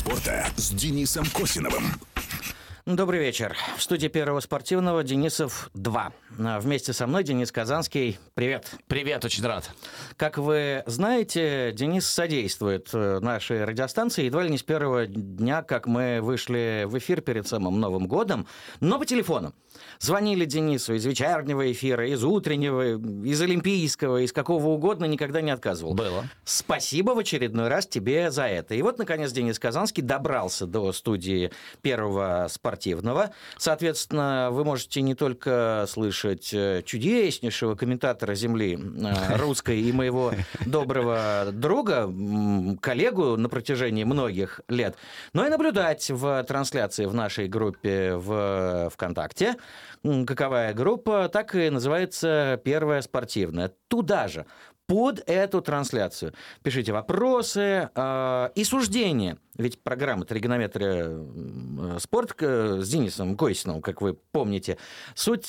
спорта с Денисом Косиновым. Добрый вечер. В студии Первого спортивного Денисов 2. Вместе со мной Денис Казанский. Привет. Привет, очень рад. Как вы знаете, Денис содействует нашей радиостанции едва ли не с первого дня, как мы вышли в эфир перед самым Новым годом, но по телефону. Звонили Денису из вечернего эфира, из утреннего, из олимпийского, из какого угодно, никогда не отказывал. Было. Спасибо в очередной раз тебе за это. И вот, наконец, Денис Казанский добрался до студии Первого спортивного. Соответственно, вы можете не только слышать чудеснейшего комментатора земли русской и моего доброго друга, коллегу на протяжении многих лет, но и наблюдать в трансляции в нашей группе в ВКонтакте. Каковая группа, так и называется «Первая спортивная». Туда же, под эту трансляцию пишите вопросы и суждения. Ведь программа «Тригонометрия спорт» с Денисом Косиновым, как вы помните, суть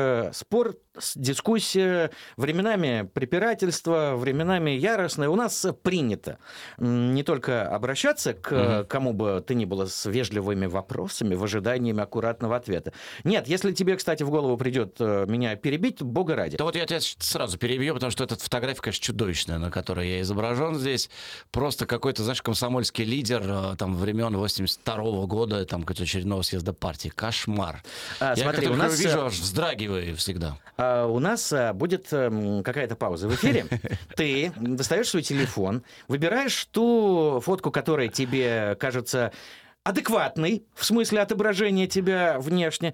спорт, дискуссия, временами препирательство, временами яростное. У нас принято не только обращаться к кому бы ты ни было с вежливыми вопросами, в ожидании аккуратного ответа. Нет, если тебе, кстати, в голову придет меня перебить, бога ради. Да вот я тебя сразу перебью, потому что эта фотография, конечно, чудовищная, на которой я изображен здесь. Просто какой-то, знаешь, комсомольский лидер там времен 82-го года, там какого-то очередного съезда партии. Кошмар. Смотри, я у нас вижу, аж вздрагиваю всегда. У нас будет какая-то пауза в эфире. Ты достаешь свой телефон, выбираешь ту фотку, которая тебе кажется адекватный, в смысле отображения тебя внешне,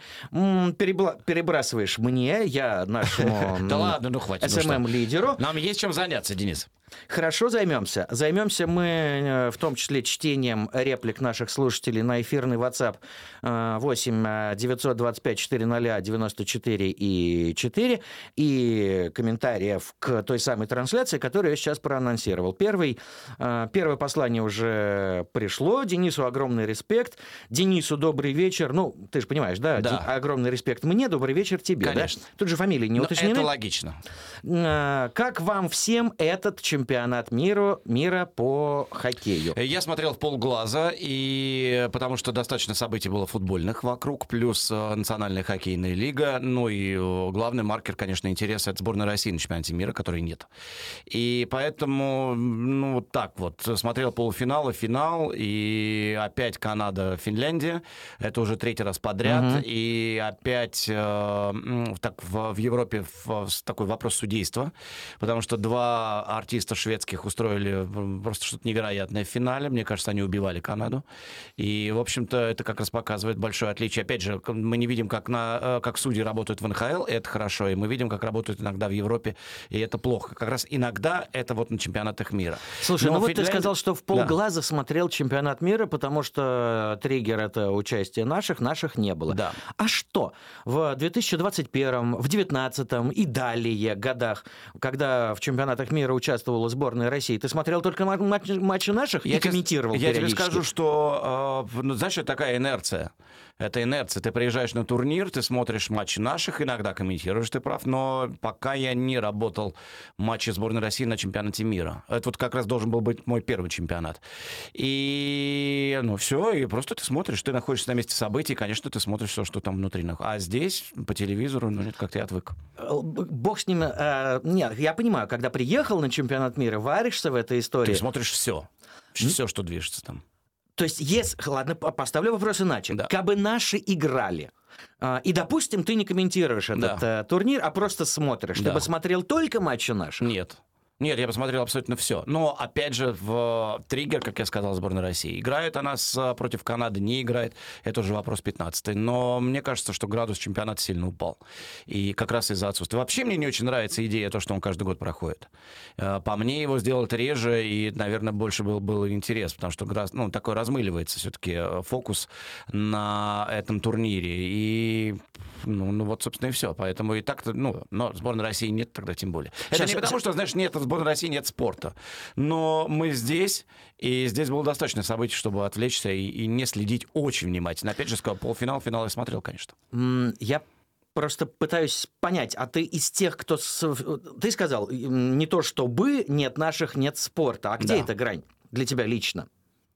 перебрасываешь мне, я нашему Да ладно, ну хватит. СММ-лидеру. Нам есть чем заняться, Денис. Хорошо, займемся. Займемся мы в том числе чтением реплик наших слушателей на эфирный WhatsApp 8 925 400 94 и 4 и комментариев к той самой трансляции, которую я сейчас проанонсировал. Первое послание уже пришло. Денису огромный респект. Денису добрый вечер. Ну, ты же понимаешь, да? Огромный респект мне, добрый вечер тебе. Конечно. Да? Тут же фамилии не уточнены. Это логично. Как вам всем этот чемпионат мира по хоккею? Я смотрел в полглаза, и потому что достаточно событий было футбольных вокруг, плюс национальная хоккейная лига, ну и главный маркер, конечно, интереса — это сборная России на чемпионате мира, которой нет. И поэтому, ну, вот так вот, смотрел полуфинал и финал, и опять Канада-Финляндия, это уже третий раз подряд, и опять так, в Европе такой вопрос судейства, потому что два артиста шведских устроили просто что-то невероятное в финале. Мне кажется, они убивали Канаду. И, в общем-то, это как раз показывает большое отличие. Опять же, мы не видим, как судьи работают в НХЛ, и это хорошо. И мы видим, как работают иногда в Европе, и это плохо. Как раз иногда это вот на чемпионатах мира. Слушай, ну вот ты сказал, что в полглаза смотрел чемпионат мира, потому что триггер — это участие наших не было. Да. А что? В 2021, в 2019 и далее годах, когда в чемпионатах мира участвовала сборная России, ты смотрел только матчи наших и комментировал Я периодически? тебе скажу, что, знаешь, это такая инерция. Это инерция. Ты приезжаешь на турнир, ты смотришь матчи наших, иногда комментируешь, ты прав, но пока я не работал матчи сборной России на чемпионате мира. Это вот как раз должен был быть мой первый чемпионат. И, ну, все, и просто ты смотришь, ты находишься на месте событий, и, конечно, ты смотришь все, что там внутри. А здесь, по телевизору, ну, нет, как-то я отвык. Бог с ним. Нет, я понимаю, когда приехал на чемпионат мира, варишься в этой истории. Ты смотришь все. Все, что движется там. То есть, ладно, поставлю вопрос иначе. Да. Кабы наши играли, и, допустим, ты не комментируешь этот турнир, а просто смотришь, ты бы смотрел только матчи наших? Нет. Нет, я посмотрел абсолютно все. Но, опять же, в триггер, как я сказал, сборная России. Играет она против Канады, не играет. Это уже вопрос 15-й. Но мне кажется, что градус чемпионата сильно упал. И как раз из-за отсутствия. Вообще мне не очень нравится идея, то, что он каждый год проходит. По мне, его сделать реже, и, наверное, больше был интерес, потому что такой размыливается все-таки фокус на этом турнире. И, ну вот, собственно, и все. Поэтому и так-то, но сборной России нет, тогда тем более. Это не потому, что, знаешь, нет сборной России, нет спорта. Но мы здесь, и здесь было достаточно событий, чтобы отвлечься и не следить очень внимательно. Опять же, сказал, финал я смотрел, конечно. Я просто пытаюсь понять, а ты из тех, кто... Ты сказал, не то чтобы нет наших, нет спорта. А где эта грань для тебя лично?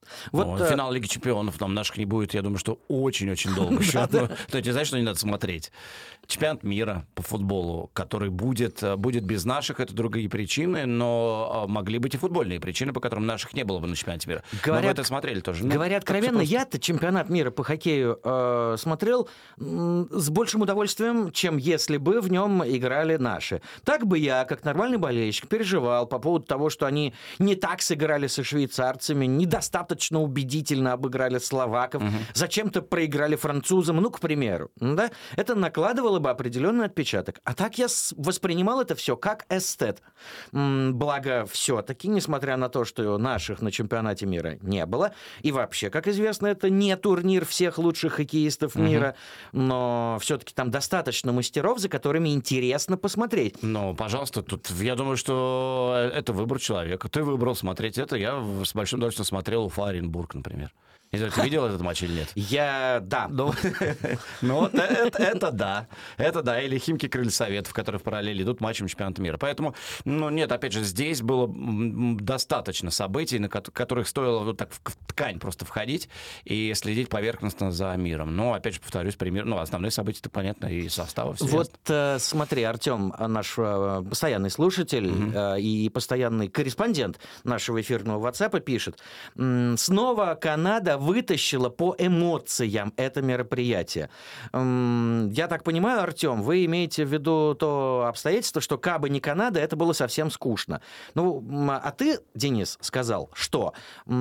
Финал Лиги Чемпионов там наших не будет, я думаю, что очень-очень долго еще. Ты знаешь, что не надо смотреть? Чемпионат мира по футболу, который будет без наших, это другие причины, но могли быть и футбольные причины, по которым наших не было бы на чемпионате мира. Но вы это смотрели тоже. Говоря откровенно, я-то чемпионат мира по хоккею смотрел с большим удовольствием, чем если бы в нем играли наши. Так бы я, как нормальный болельщик, переживал по поводу того, что они не так сыграли со швейцарцами, недостаточно убедительно обыграли словаков, зачем-то проиграли французам, ну, к примеру. Да? Это накладывало бы определенный отпечаток. А так я воспринимал это все как эстет. Благо, все-таки, несмотря на то, что наших на чемпионате мира не было, и вообще, как известно, это не турнир всех лучших хоккеистов мира, но все-таки там достаточно мастеров, за которыми интересно посмотреть. Ну, пожалуйста, тут я думаю, что это выбор человека. Ты выбрал смотреть это, я с большим удовольствием смотрел Уфа Оренбург, например. Не знаю, ты видел этот матч или нет? Да. Ну, это да. Это да. Или Химки Крылья Советов, которые в параллели идут матчем чемпионата мира. Поэтому, нет, опять же, здесь было достаточно событий, на которых стоило вот так в ткань просто входить и следить поверхностно за миром. Но, опять же, повторюсь, основные события-то, понятно, и составы все. Вот смотри, Артем, наш постоянный слушатель и постоянный корреспондент нашего эфирного WhatsApp пишет: снова Канада вытащила по эмоциям это мероприятие. Я так понимаю, Артем, вы имеете в виду то обстоятельство, что кабы не Канада, это было совсем скучно. А ты, Денис, сказал, что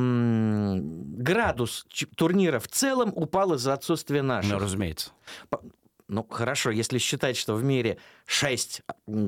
градус турнира в целом упал из-за отсутствия наших. Ну, разумеется. Хорошо, если считать, что в мире 6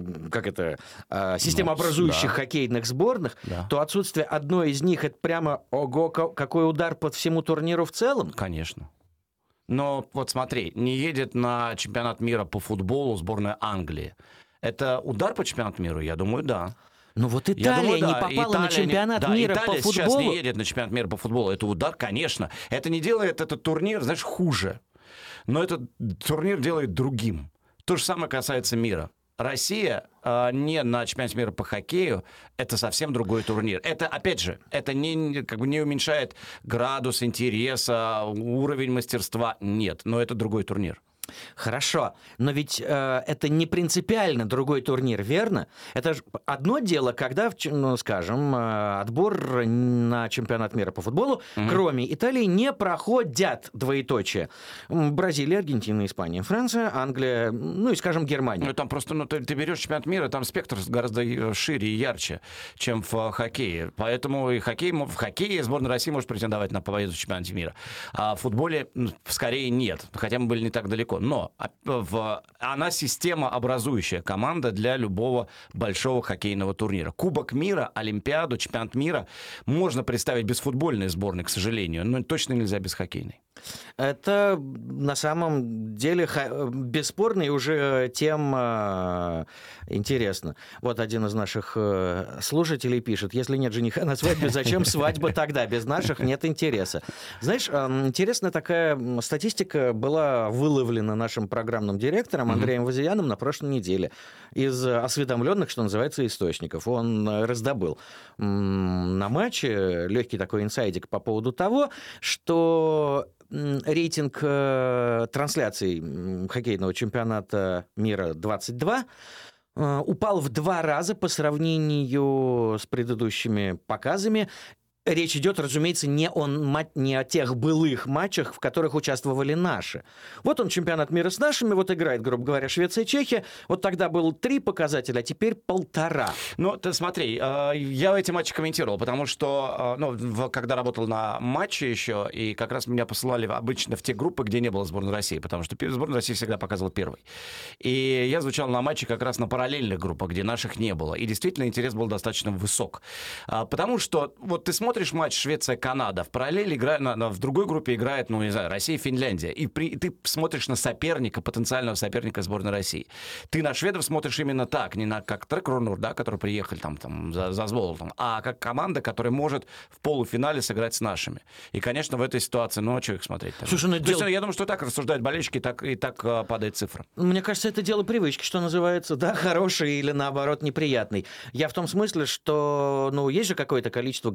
системообразующих хоккейных сборных, то отсутствие одной из них — это прямо ого, какой удар по всему турниру в целом? Конечно. Но вот смотри, не едет на чемпионат мира по футболу сборная Англии. Это удар по чемпионату мира? Я думаю, да. Ну вот Италия не попала на чемпионат мира по футболу. Сейчас не едет на чемпионат мира по футболу. Это удар, конечно. Это не делает этот турнир, знаешь, хуже. Но этот турнир делает другим. То же самое касается мира. Россия не на чемпионате мира по хоккею, это совсем другой турнир. Это, опять же, это не уменьшает градус интереса, уровень мастерства. Нет, но это другой турнир. Хорошо, но ведь это не принципиально другой турнир, верно? Это же одно дело, когда, скажем, отбор на чемпионат мира по футболу, кроме Италии, не проходят, двоеточие. Бразилия, Аргентина, Испания, Франция, Англия, и, скажем, Германия. Ну, там просто, ты берешь чемпионат мира, там спектр гораздо шире и ярче, чем в хоккее. Поэтому и в хоккее сборная России может претендовать на победу в чемпионате мира. А в футболе скорее нет, хотя мы были не так далеко. Но она системообразующая команда для любого большого хоккейного турнира. Кубок мира, Олимпиаду, чемпионат мира можно представить без футбольной сборной, к сожалению, но точно нельзя без хоккейной. Это на самом деле бесспорно и уже тем интересно. Вот один из наших слушателей пишет: если нет жениха на свадьбе, зачем свадьба тогда? Без наших нет интереса. Знаешь, интересная такая статистика была выловлена нашим программным директором Андреем Возияном на прошлой неделе из осведомленных, что называется, источников. Он раздобыл на матче легкий такой инсайдик по поводу того, что рейтинг трансляций хоккейного чемпионата мира 22 упал в 2 раза по сравнению с предыдущими показами. Речь идет, разумеется, не о тех былых матчах, в которых участвовали наши. Вот он, чемпионат мира с нашими, вот играет, грубо говоря, Швеция и Чехия. Вот тогда было 3 показателя, а теперь 1,5. Ну, ты смотри, я эти матчи комментировал, потому что, когда работал на матче еще, и как раз меня посылали обычно в те группы, где не было сборной России, потому что сборная России всегда показывала первой. И я звучал на матче как раз на параллельных группах, где наших не было. И действительно интерес был достаточно высок. Потому что, вот ты смотришь матч Швеция-Канада, в параллели в другой группе играет, Россия-Финляндия, и ты смотришь на потенциального соперника сборной России. Ты на шведов смотришь именно так, не как Трек-Ронур, которые приехали там за золотом, а как команда, которая может в полуфинале сыграть с нашими. И, конечно, в этой ситуации, что их смотреть? Слушай, я думаю, что так рассуждают болельщики, и так падает цифра. Мне кажется, это дело привычки, что называется, хороший или, наоборот, неприятный. Я в том смысле, что, есть же какое-то количество гандбольных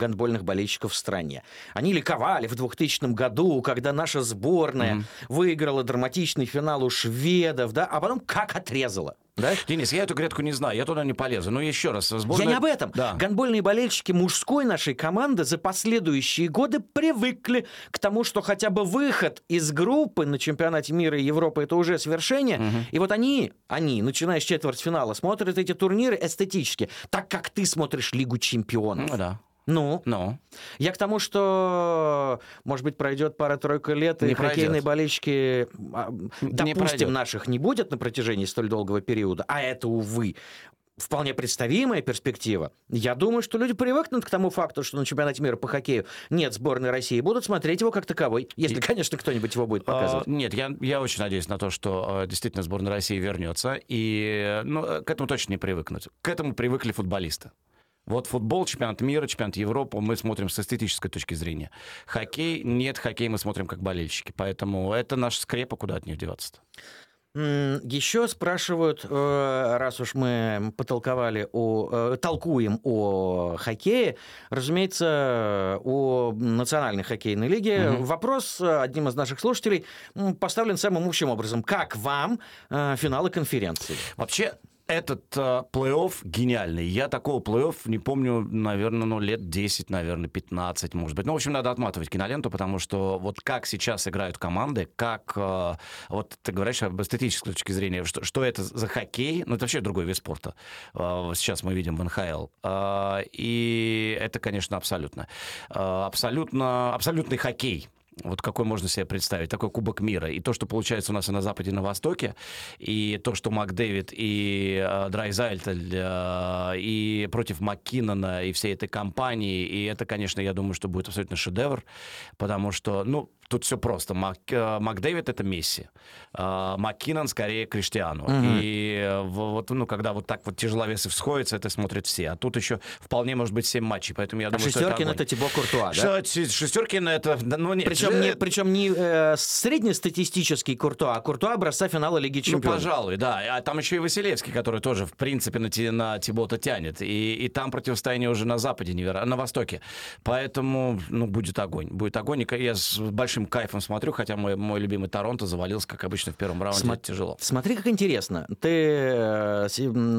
болельщиков в стране. Они ликовали в 2000 году, когда наша сборная выиграла драматичный финал у шведов, да, а потом как отрезала. Да? Денис, я эту грядку не знаю, я туда не полезу. Но еще раз, сборная... Я не об этом. Да. Гандбольные болельщики мужской нашей команды за последующие годы привыкли к тому, что хотя бы выход из группы на чемпионате мира и Европы — это уже свершение. И вот они, начиная с четвертьфинала, смотрят эти турниры эстетически, так как ты смотришь Лигу чемпионов. Ну да. Ну, я к тому, что, может быть, пройдет пара-тройка лет, и хоккейные болельщики, допустим, наших не будет на протяжении столь долгого периода, а это, увы, вполне представимая перспектива. Я думаю, что люди привыкнут к тому факту, что на чемпионате мира по хоккею нет сборной России, будут смотреть его как таковой, если, конечно, кто-нибудь его будет показывать. Нет, я очень надеюсь на то, что действительно сборная России вернется, и к этому точно не привыкнуть. К этому привыкли футболисты. Вот футбол, чемпионат мира, чемпионат Европы мы смотрим с эстетической точки зрения. Хоккей, нет, хоккей мы смотрим как болельщики. Поэтому это наша скрепа, куда от них деваться-то. Еще спрашивают, раз уж мы толкуем о хоккее, разумеется, о национальной хоккейной лиге. Вопрос одним из наших слушателей поставлен самым общим образом. Как вам финалы конференции? Вообще... Этот плей-офф гениальный. Я такого плей-офф не помню, наверное, лет 10, наверное, 15, может быть. В общем, надо отматывать киноленту, потому что вот как сейчас играют команды, как... вот ты говоришь об эстетической точке зрения, что это за хоккей, это вообще другой вид спорта. Сейчас мы видим в НХЛ. И это, конечно, абсолютный хоккей. Вот какой можно себе представить, такой Кубок мира. И то, что получается у нас и на Западе, и на Востоке, и то, что МакДэвид и Драйзальтель и против МакКиннона, и всей этой компании, и это, конечно, я думаю, что будет абсолютно шедевр, потому что, тут все просто. МакДэвид — это Месси. МакКиннон скорее Криштиану. И когда вот так вот тяжеловесы всходятся, это смотрят все. А тут еще вполне может быть 7 матчей. Поэтому я думаю, Шестеркин — это Тибо Куртуа, да? Шестеркин — это... Причем не среднестатистический Куртуа, а Куртуа образца финала Лиги чемпионов. Пожалуй, да. А там еще и Василевский, который тоже, в принципе, на Тибота тянет. И там противостояние уже на Западе, на Востоке. Поэтому, будет огонь. Будет огонь. И я с большим кайфом смотрю, хотя мой любимый Торонто завалился, как обычно, в первом раунде. Это тяжело. Смотри, как интересно. Ты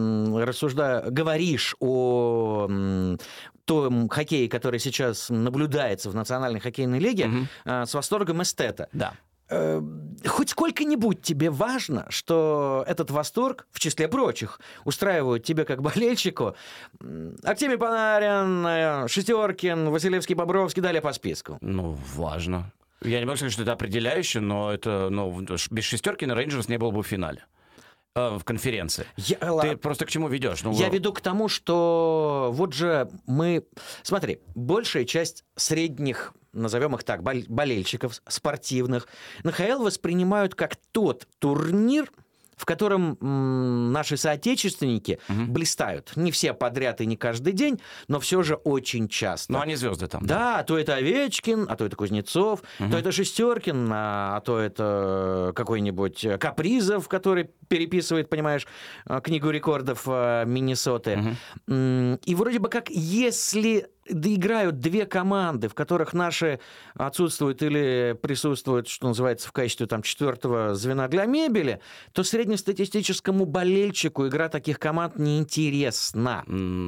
говоришь о том хоккее, который сейчас наблюдается в Национальной хоккейной лиге, с восторгом эстета. Да. Хоть сколько-нибудь тебе важно, что этот восторг, в числе прочих, устраивают тебе как болельщику Артемий Панарин, Шестеркин, Василевский, Бобровский, далее по списку? Важно. Я не могу сказать, что это определяюще, но без Шестеркина Рейнджерс не было бы в финале. В конференции. Ты просто к чему ведешь? Я веду к тому, что вот же Смотри, большая часть средних, назовем их так, болельщиков спортивных, НХЛ воспринимают как тот турнир, в котором наши соотечественники блистают. Не все подряд и не каждый день, но все же очень часто. Но они звезды там. Да, то это Овечкин, а то это Кузнецов, то это Шестеркин, а то это какой-нибудь Капризов, который переписывает, понимаешь, книгу рекордов Миннесоты. И вроде бы как, если доиграют две команды, в которых наши отсутствуют или присутствуют, что называется, в качестве четвертого звена для мебели, то среднестатистическому болельщику игра таких команд неинтересна.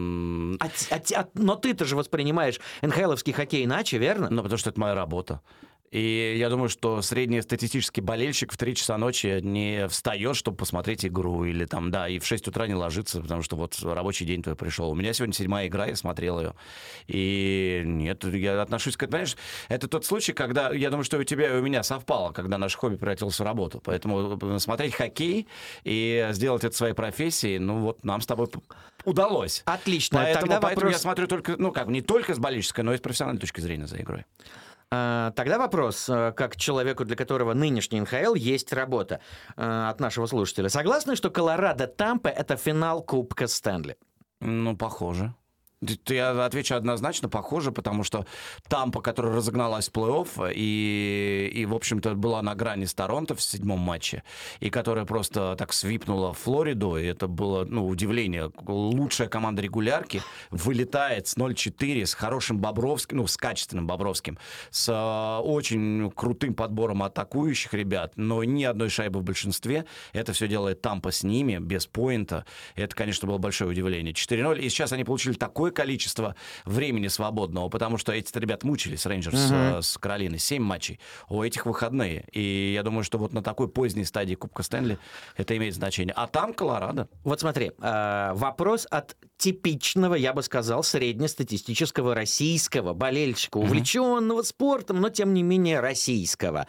Но ты-то же воспринимаешь НХЛовский хоккей иначе, верно? Потому что это моя работа. И я думаю, что среднестатистический болельщик в 3 часа ночи не встает, чтобы посмотреть игру, или и в 6 утра не ложится, потому что вот рабочий день твой пришел. У меня сегодня 7-я игра, я смотрел ее. И нет, я отношусь к этому. Понимаешь, это тот случай, когда, я думаю, что у тебя и у меня совпало, когда наше хобби превратилось в работу. Поэтому смотреть хоккей и сделать это своей профессией, нам с тобой удалось. Отлично. Поэтому я смотрю только, не только с болельческой, но и с профессиональной точки зрения за игрой. Тогда вопрос, как человеку, для которого нынешний НХЛ есть работа, от нашего слушателя. Согласны, что Колорадо-Тампа — это финал Кубка Стэнли? Похоже. Я отвечу однозначно, похоже, потому что Тампа, которая разогналась в плей-офф и, в общем-то, была на грани с Торонто в 7-м матче, и которая просто так свипнула Флориду, и это было, удивление. Лучшая команда регулярки вылетает с 0-4, с хорошим Бобровским, с качественным Бобровским, с очень крутым подбором атакующих ребят, но ни одной шайбы в большинстве. Это все делает Тампа с ними, без поинта. Это, конечно, было большое удивление. 4-0, и сейчас они получили такое количество времени свободного, потому что эти ребят мучились, Рейнджерс с Каролиной, 7 матчей, у этих выходные. И я думаю, что вот на такой поздней стадии Кубка Стэнли это имеет значение. А там Колорадо. Вот смотри, вопрос от типичного, я бы сказал, среднестатистического российского болельщика, увлеченного спортом, но тем не менее российского.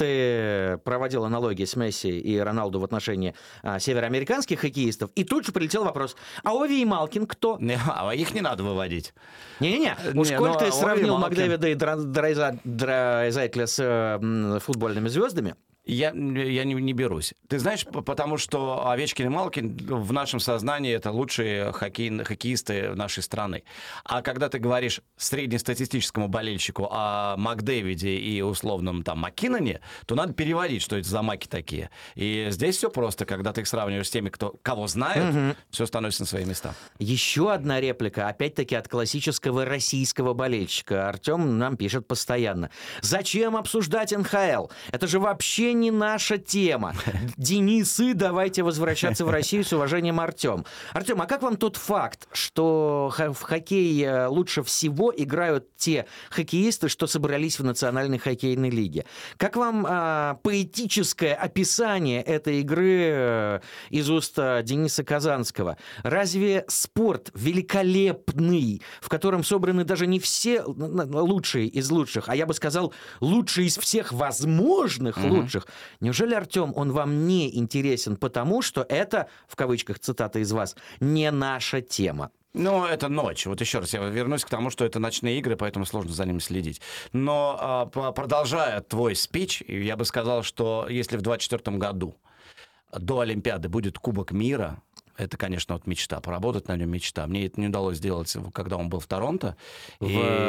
Ты проводил аналогии с Месси и Роналду в отношении североамериканских хоккеистов, и тут же прилетел вопрос, а Ови и Малкин кто? А их не надо выводить. Не-не-не, уж коль ты сравнил Ови Макдэвида и Драйзайтля с футбольными звездами, Я не берусь. Ты знаешь, потому что Овечкин и Малкин в нашем сознании это лучшие хоккеисты нашей страны. А когда ты говоришь среднестатистическому болельщику о Макдэвиде и условном там Маккиноне, то надо переводить, что это за маки такие. И здесь все просто. Когда ты их сравниваешь с теми, кого знают, все становится на свои места. Еще одна реплика, опять-таки от классического российского болельщика. Артем нам пишет постоянно. Зачем обсуждать НХЛ? Это же вообще не наша тема. Денисы, давайте возвращаться в Россию, с уважением, Артем. Артем, а как вам тот факт, что в хоккей лучше всего играют те хоккеисты, что собрались в Национальной хоккейной лиге? Как вам поэтическое описание этой игры из уст Дениса Казанского? Разве спорт великолепный, в котором собраны даже не все лучшие из лучших, а я бы сказал, лучшие из всех возможных лучших, неужели, Артем, он вам не интересен потому, что это, в кавычках, цитата из вас, не наша тема? Ну, это ночь. Вот еще раз я вернусь к тому, что это ночные игры, поэтому сложно за ними следить. Но продолжая твой спич, я бы сказал, что если в 2024 году до Олимпиады будет Кубок мира, это, конечно, вот мечта. Поработать на нем мечта. Мне это не удалось сделать, когда он был в Торонто. В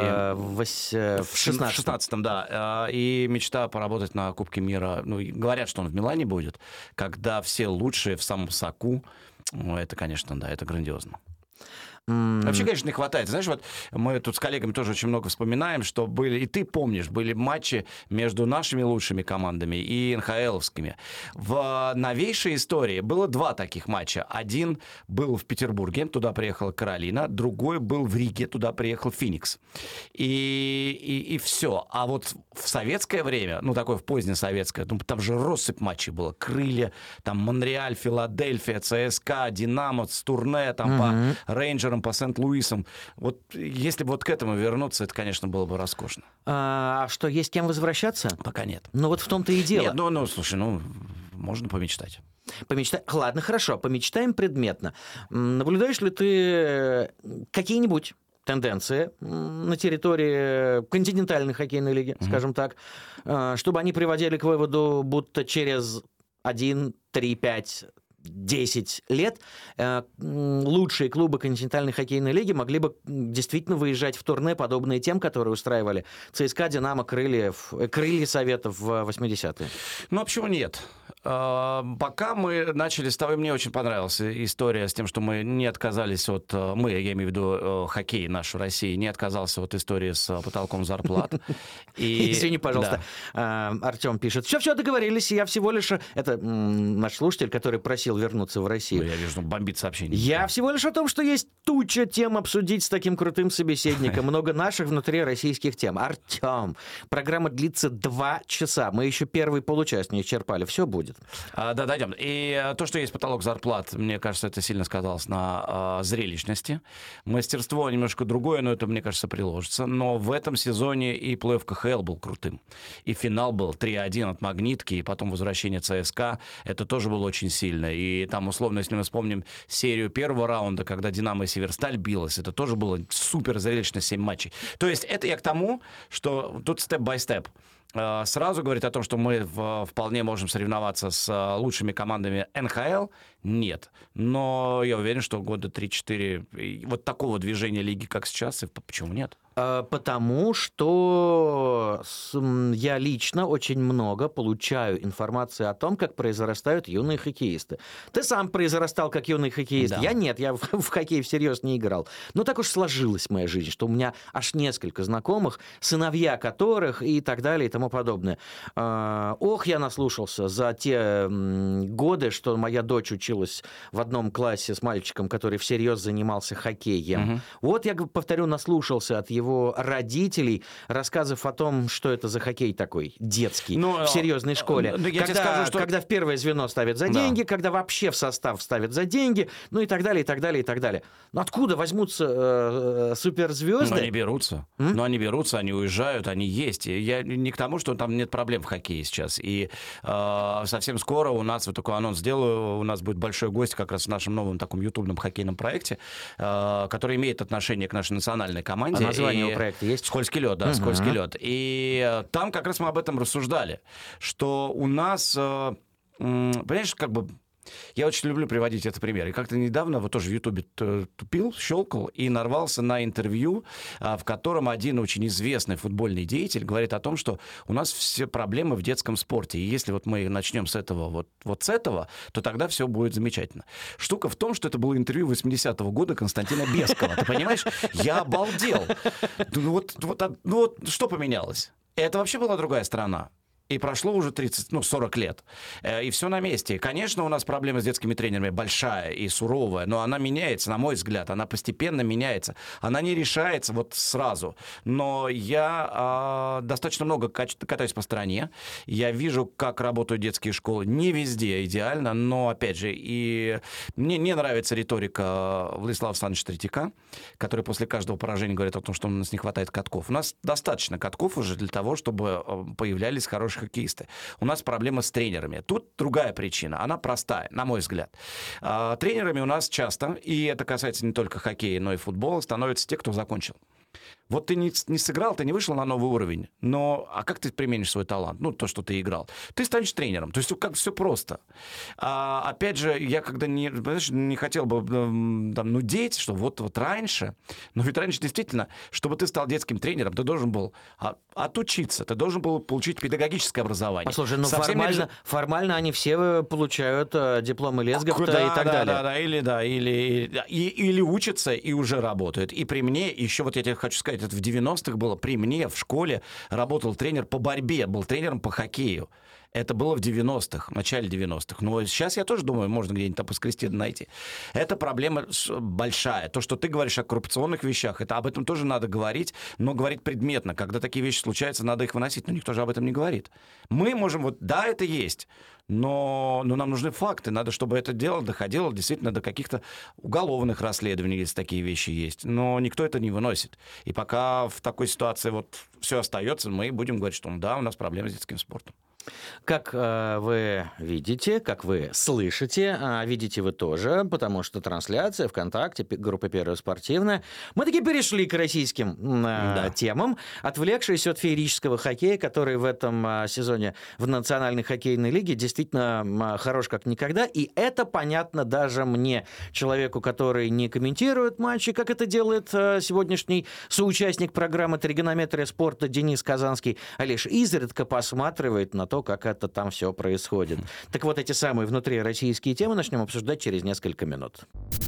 16-м. Да. И мечта поработать на Кубке мира. Говорят, что он в Милане будет, когда все лучшие в самом соку. Это, конечно, да, это грандиозно. Вообще, конечно, не хватает. Знаешь, вот мы тут с коллегами тоже очень много вспоминаем, что были, и ты помнишь, были матчи между нашими лучшими командами и НХЛовскими. В новейшей истории было 2 таких матча. Один был в Петербурге, туда приехала Каролина, другой был в Риге, туда приехал Феникс. И все. А вот в советское время, такое в позднесоветское, там же россыпь матчей было. Крылья, там Монреаль, Филадельфия, ЦСКА, Динамо, Турне, там по Рейнджерам, по Сент-Луисам. Вот если бы вот к этому вернуться, это, конечно, было бы роскошно. А что, есть кем возвращаться? Пока нет. Ну вот в том-то и дело. Нет, слушай, можно помечтать. Ладно, хорошо, помечтаем предметно. Наблюдаешь ли ты какие-нибудь тенденции на территории континентальной хоккейной лиги, скажем так, чтобы они приводили к выводу, будто через 1, 3, 5... 10 лет лучшие клубы континентальной хоккейной лиги могли бы действительно выезжать в турне, подобные тем, которые устраивали ЦСКА, Динамо, Крылья Советов в 80-е. А почему нет? Пока мы начали с того, мне очень понравилась история с тем, что мы не отказались от... я имею в виду хоккей наш в России, не отказался от истории с потолком зарплат. Извини, пожалуйста. Артем пишет. Все договорились, я всего лишь... Это наш слушатель, который просил вернуться в Россию. Я вижу, бомбит сообщение. Я всего лишь о том, что есть туча тем обсудить с таким крутым собеседником. Много наших внутри российских тем. Артем, программа длится 2 часа. Мы еще первый получас не исчерпали. Все будет. Да, дойдем. И то, что есть потолок зарплат, мне кажется, это сильно сказалось на зрелищности. Мастерство немножко другое, но это, мне кажется, приложится. Но в этом сезоне и плей-офф КХЛ был крутым. И финал был 3-1 от «Магнитки», и потом возвращение ЦСКА. Это тоже было очень сильно. И там, условно, если мы вспомним серию первого раунда, когда «Динамо» и «Северсталь» билось, это тоже было супер зрелищно, 7 матчей. То есть это я к тому, что тут степ-бай-степ. Сразу говорить о том, что мы вполне можем соревноваться с лучшими командами НХЛ, Нет. Но я уверен, что года 3-4 вот такого движения лиги, как сейчас, и почему нет? Потому что я лично очень много получаю информации о том, как произрастают юные хоккеисты. Ты сам произрастал как юный хоккеист. Да. Я нет, я в хоккей всерьез не играл. Но так уж сложилась моя жизнь, что у меня аж несколько знакомых, сыновья которых и так далее и тому подобное. Ох, я наслушался за те годы, что моя дочь училась в одном классе с мальчиком, который всерьез занимался хоккеем. Угу. Вот я, повторю, наслушался от его родителей рассказов о том, что это за хоккей такой детский в серьезной школе. Я тебе скажу, что... Когда в первое звено ставят за деньги, когда вообще в состав ставят за деньги, ну и так далее, и так далее, и так далее. Но откуда возьмутся суперзвезды? Но они берутся. Но они берутся, они уезжают, они есть. И я не к тому, что там нет проблем в хоккее сейчас. И совсем скоро у нас, вот такой анонс сделаю, у нас будет большой гость как раз в нашем новом таком ютубном хоккейном проекте, который имеет отношение к нашей национальной команде. А название у проекта есть? «Скользкий лед», да, «Скользкий лед». И там как раз мы об этом рассуждали, что у нас, понимаешь, как бы... Я очень люблю приводить этот пример. И как-то недавно вот тоже в Ютубе тупил, щелкал и нарвался на интервью, в котором один очень известный футбольный деятель говорит о том, что у нас все проблемы в детском спорте. И если вот мы начнем с этого, вот с этого, то тогда все будет замечательно. Штука в том, что это было интервью 80-го года Константина Бескова. Ты понимаешь? Я обалдел. Ну вот что поменялось? Это вообще была другая страна. И прошло уже 40 лет. И все на месте. И, конечно, у нас проблема с детскими тренерами большая и суровая, но она меняется, на мой взгляд. Она постепенно меняется. Она не решается вот сразу. Но я достаточно много катаюсь по стране. Я вижу, как работают детские школы. Не везде идеально, но, опять же, и мне не нравится риторика Владислава Александровича Третьяка, который после каждого поражения говорит о том, что у нас не хватает катков. У нас достаточно катков уже для того, чтобы появлялись хорошие хоккеисты. У нас проблема с тренерами. Тут другая причина. Она простая, на мой взгляд. Тренерами у нас часто, и это касается не только хоккея, но и футбола, становятся те, кто закончил. Вот ты не сыграл, ты не вышел на новый уровень, но как ты применишь свой талант? Ну, то, что ты играл. Ты станешь тренером. То есть как все просто. Опять же, я когда не хотел бы нудеть, что вот раньше, но ведь раньше действительно, чтобы ты стал детским тренером, ты должен был отучиться, ты должен был получить педагогическое образование. Послушай, ну формально они все получают дипломы Лесговта и так далее. Или учатся и уже работают. И при мне, еще вот я тебе хочу сказать, это в 90-х было, при мне в школе работал тренер по борьбе, был тренером по хоккею. Это было в 90-х, в начале 90-х. Но сейчас я тоже думаю, можно где-нибудь там поскрести найти. Это проблема большая. То, что ты говоришь о коррупционных вещах, об этом тоже надо говорить, но говорить предметно. Когда такие вещи случаются, надо их выносить. Но никто же об этом не говорит. Мы можем, да, это есть, но нам нужны факты. Надо, чтобы это дело доходило действительно до каких-то уголовных расследований, если такие вещи есть. Но никто это не выносит. И пока в такой ситуации все остается, мы будем говорить, что да, у нас проблемы с детским спортом. Как вы видите, как вы слышите, видите вы тоже, потому что трансляция ВКонтакте, группа «Первая спортивная». Мы таки перешли к российским темам, отвлекшись от феерического хоккея, который в этом сезоне в Национальной хоккейной лиге действительно хорош как никогда. И это понятно даже мне, человеку, который не комментирует матчи, как это делает сегодняшний соучастник программы «Тригонометрия спорта» Денис Казанский, а лишь изредка посматривает на то, как это там все происходит. Так вот, эти самые внутрироссийские темы начнем обсуждать через несколько минут.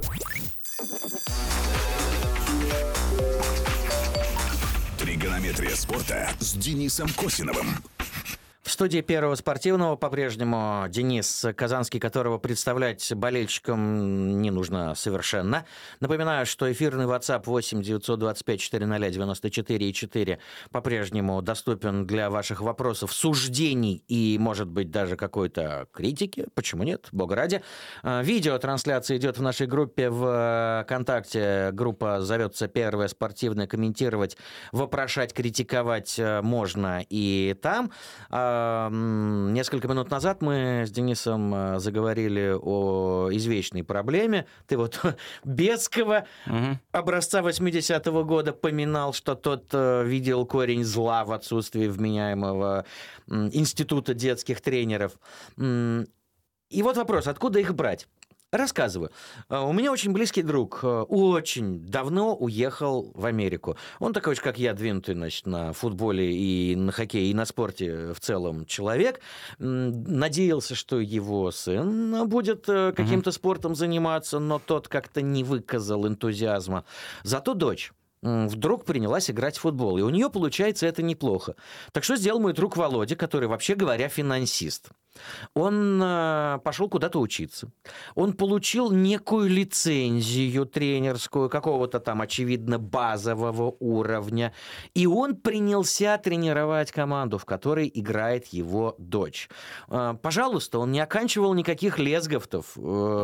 Тригонометрия спорта с Денисом Косиновым. В студии Первого спортивного по-прежнему Денис Казанский, которого представлять болельщикам не нужно совершенно. Напоминаю, что эфирный WhatsApp 8 925 400 94 4 по-прежнему доступен для ваших вопросов, суждений и, может быть, даже какой-то критики. Почему нет? Бога ради. Видеотрансляция идет в нашей группе в ВКонтакте. Группа зовется «Первая спортивная». Комментировать, вопрошать, критиковать можно и там. Несколько минут назад мы с Денисом заговорили о извечной проблеме. Ты вот Бескова образца 80-го года поминал, что тот видел корень зла в отсутствии вменяемого института детских тренеров. И вот вопрос, откуда их брать? Рассказываю. У меня очень близкий друг очень давно уехал в Америку. Он такой же, как я, двинутый, значит, на футболе и на хоккее, и на спорте в целом человек. Надеялся, что его сын будет каким-то спортом заниматься, но тот как-то не выказал энтузиазма. Зато дочь вдруг принялась играть в футбол, и у нее получается это неплохо. Так что сделал мой друг Володя, который, вообще говоря, финансист. Он пошел куда-то учиться. Он получил некую лицензию тренерскую, какого-то там, очевидно, базового уровня. И он принялся тренировать команду, в которой играет его дочь. Пожалуйста, он не оканчивал никаких лесговтов,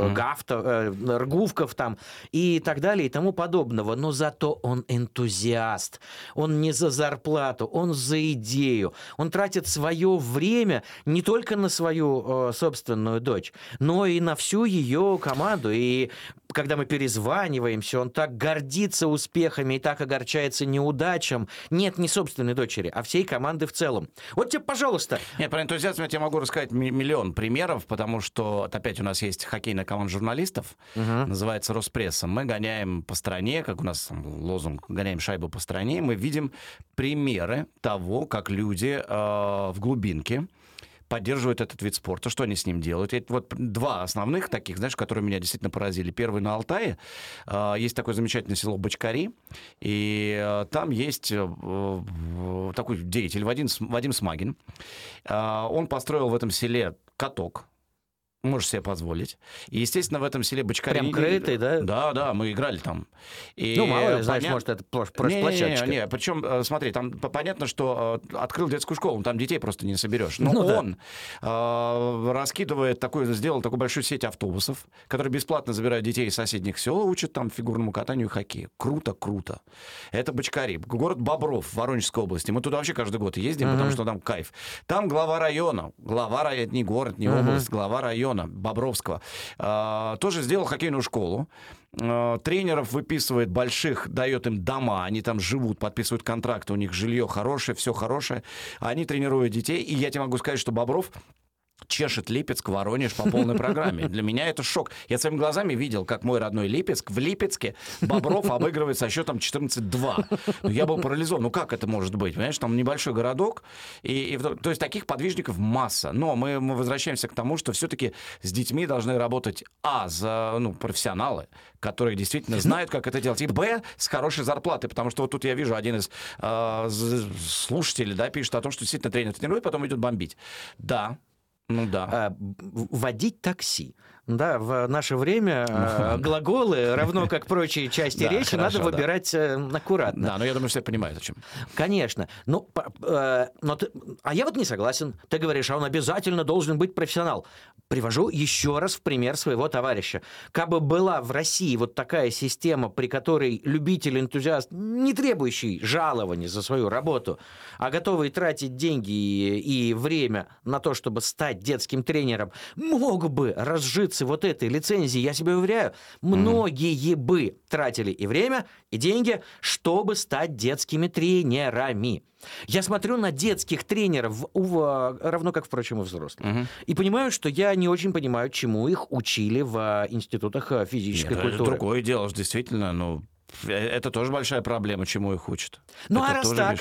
ргувков там и так далее и тому подобного. Но зато он энтузиаст. Он не за зарплату, он за идею. Он тратит свое время не только на свою собственную дочь, но и на всю ее команду. И когда мы перезваниваемся, он так гордится успехами и так огорчается неудачам. Нет, не собственной дочери, а всей команды в целом. Вот тебе, пожалуйста. Нет, про энтузиазм я тебе могу рассказать миллион примеров, потому что вот опять у нас есть хоккейная команда журналистов, называется «Роспресса». Мы гоняем по стране, как у нас там лозунг, гоняем шайбу по стране, мы видим примеры того, как люди в глубинке поддерживают этот вид спорта, что они с ним делают. И вот два основных таких, знаешь, которые меня действительно поразили. Первый на Алтае. Есть такое замечательное село Бочкари, и там есть такой деятель Вадим Смагин. Он построил в этом селе каток. Можешь себе позволить. И, естественно, в этом селе Бочкари... Прям крытый, да? Да, мы играли там. И мало ли, знаешь, может, это просто площадочка. Не, причем, смотри, там понятно, что открыл детскую школу, там детей просто не соберешь. Но он раскидывает сделал такую большую сеть автобусов, которые бесплатно забирают детей из соседних сел, учат там фигурному катанию и хоккею. Круто. Это Бочкари. Город Бобров в Воронежской области. Мы туда вообще каждый год ездим, потому что там кайф. Там глава района, не город, не область, глава района Бобровского, тоже сделал хоккейную школу. Тренеров выписывает больших, дает им дома, они там живут, подписывают контракты, у них жилье хорошее, все хорошее. Они тренируют детей, и я тебе могу сказать, что Бобров чешет Липецк, Воронеж по полной программе. Для меня это шок. Я своими глазами видел, как мой родной Липецк в Липецке Бобров обыгрывает со счетом 14-2. Я был парализован. Ну как это может быть? Понимаешь, там небольшой городок. То есть таких подвижников масса. Но мы возвращаемся к тому, что все-таки с детьми должны работать профессионалы, которые действительно знают, как это делать. И б, с хорошей зарплатой. Потому что вот тут я вижу, один из слушателей пишет о том, что действительно тренер тренирует, потом идет бомбить. Да. Водить такси. Да, в наше время глаголы, равно как прочие части речи, надо выбирать аккуратно. Да, но я думаю, все понимают, о чем. Конечно. А я вот не согласен. Ты говоришь, он обязательно должен быть профессионал. Привожу еще раз в пример своего товарища. Кабы была в России вот такая система, при которой любитель, энтузиаст, не требующий жалований за свою работу, а готовый тратить деньги и время на то, чтобы стать детским тренером, мог бы разжиться вот этой лицензией, я себе уверяю, многие бы тратили и время, и деньги, чтобы стать детскими тренерами. Я смотрю на детских тренеров, равно как, впрочем, и взрослых, и понимаю, что я не очень понимаю, чему их учили в институтах физической культуры. Это другое дело, действительно, это тоже большая проблема, чему их учат. Раз так.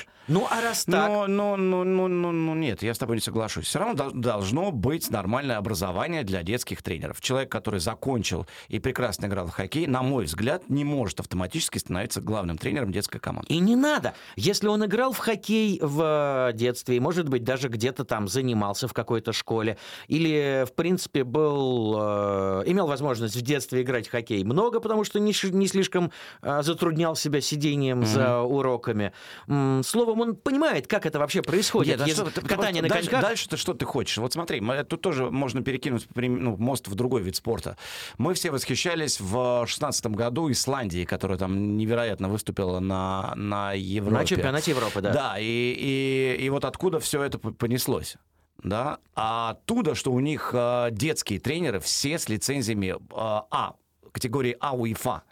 Нет, я с тобой не соглашусь. Все равно должно быть нормальное образование для детских тренеров. Человек, который закончил и прекрасно играл в хоккей, на мой взгляд, не может автоматически становиться главным тренером детской команды. И не надо. Если он играл в хоккей в детстве, и, может быть, даже где-то там занимался в какой-то школе, или, в принципе, имел возможность в детстве играть в хоккей много, потому что не слишком затруднял себя сидением за уроками. Словом, он понимает, как это вообще происходит. Катание на коньках. Дальше-то что ты хочешь? Вот смотри, тут тоже можно перекинуть мост в другой вид спорта. Мы все восхищались в 2016 году Исландией, которая там невероятно выступила на Европе. На чемпионате Европы, да. Да, и вот откуда все это понеслось. Да? А оттуда, что у них детские тренеры все с лицензиями категории А УЕФА.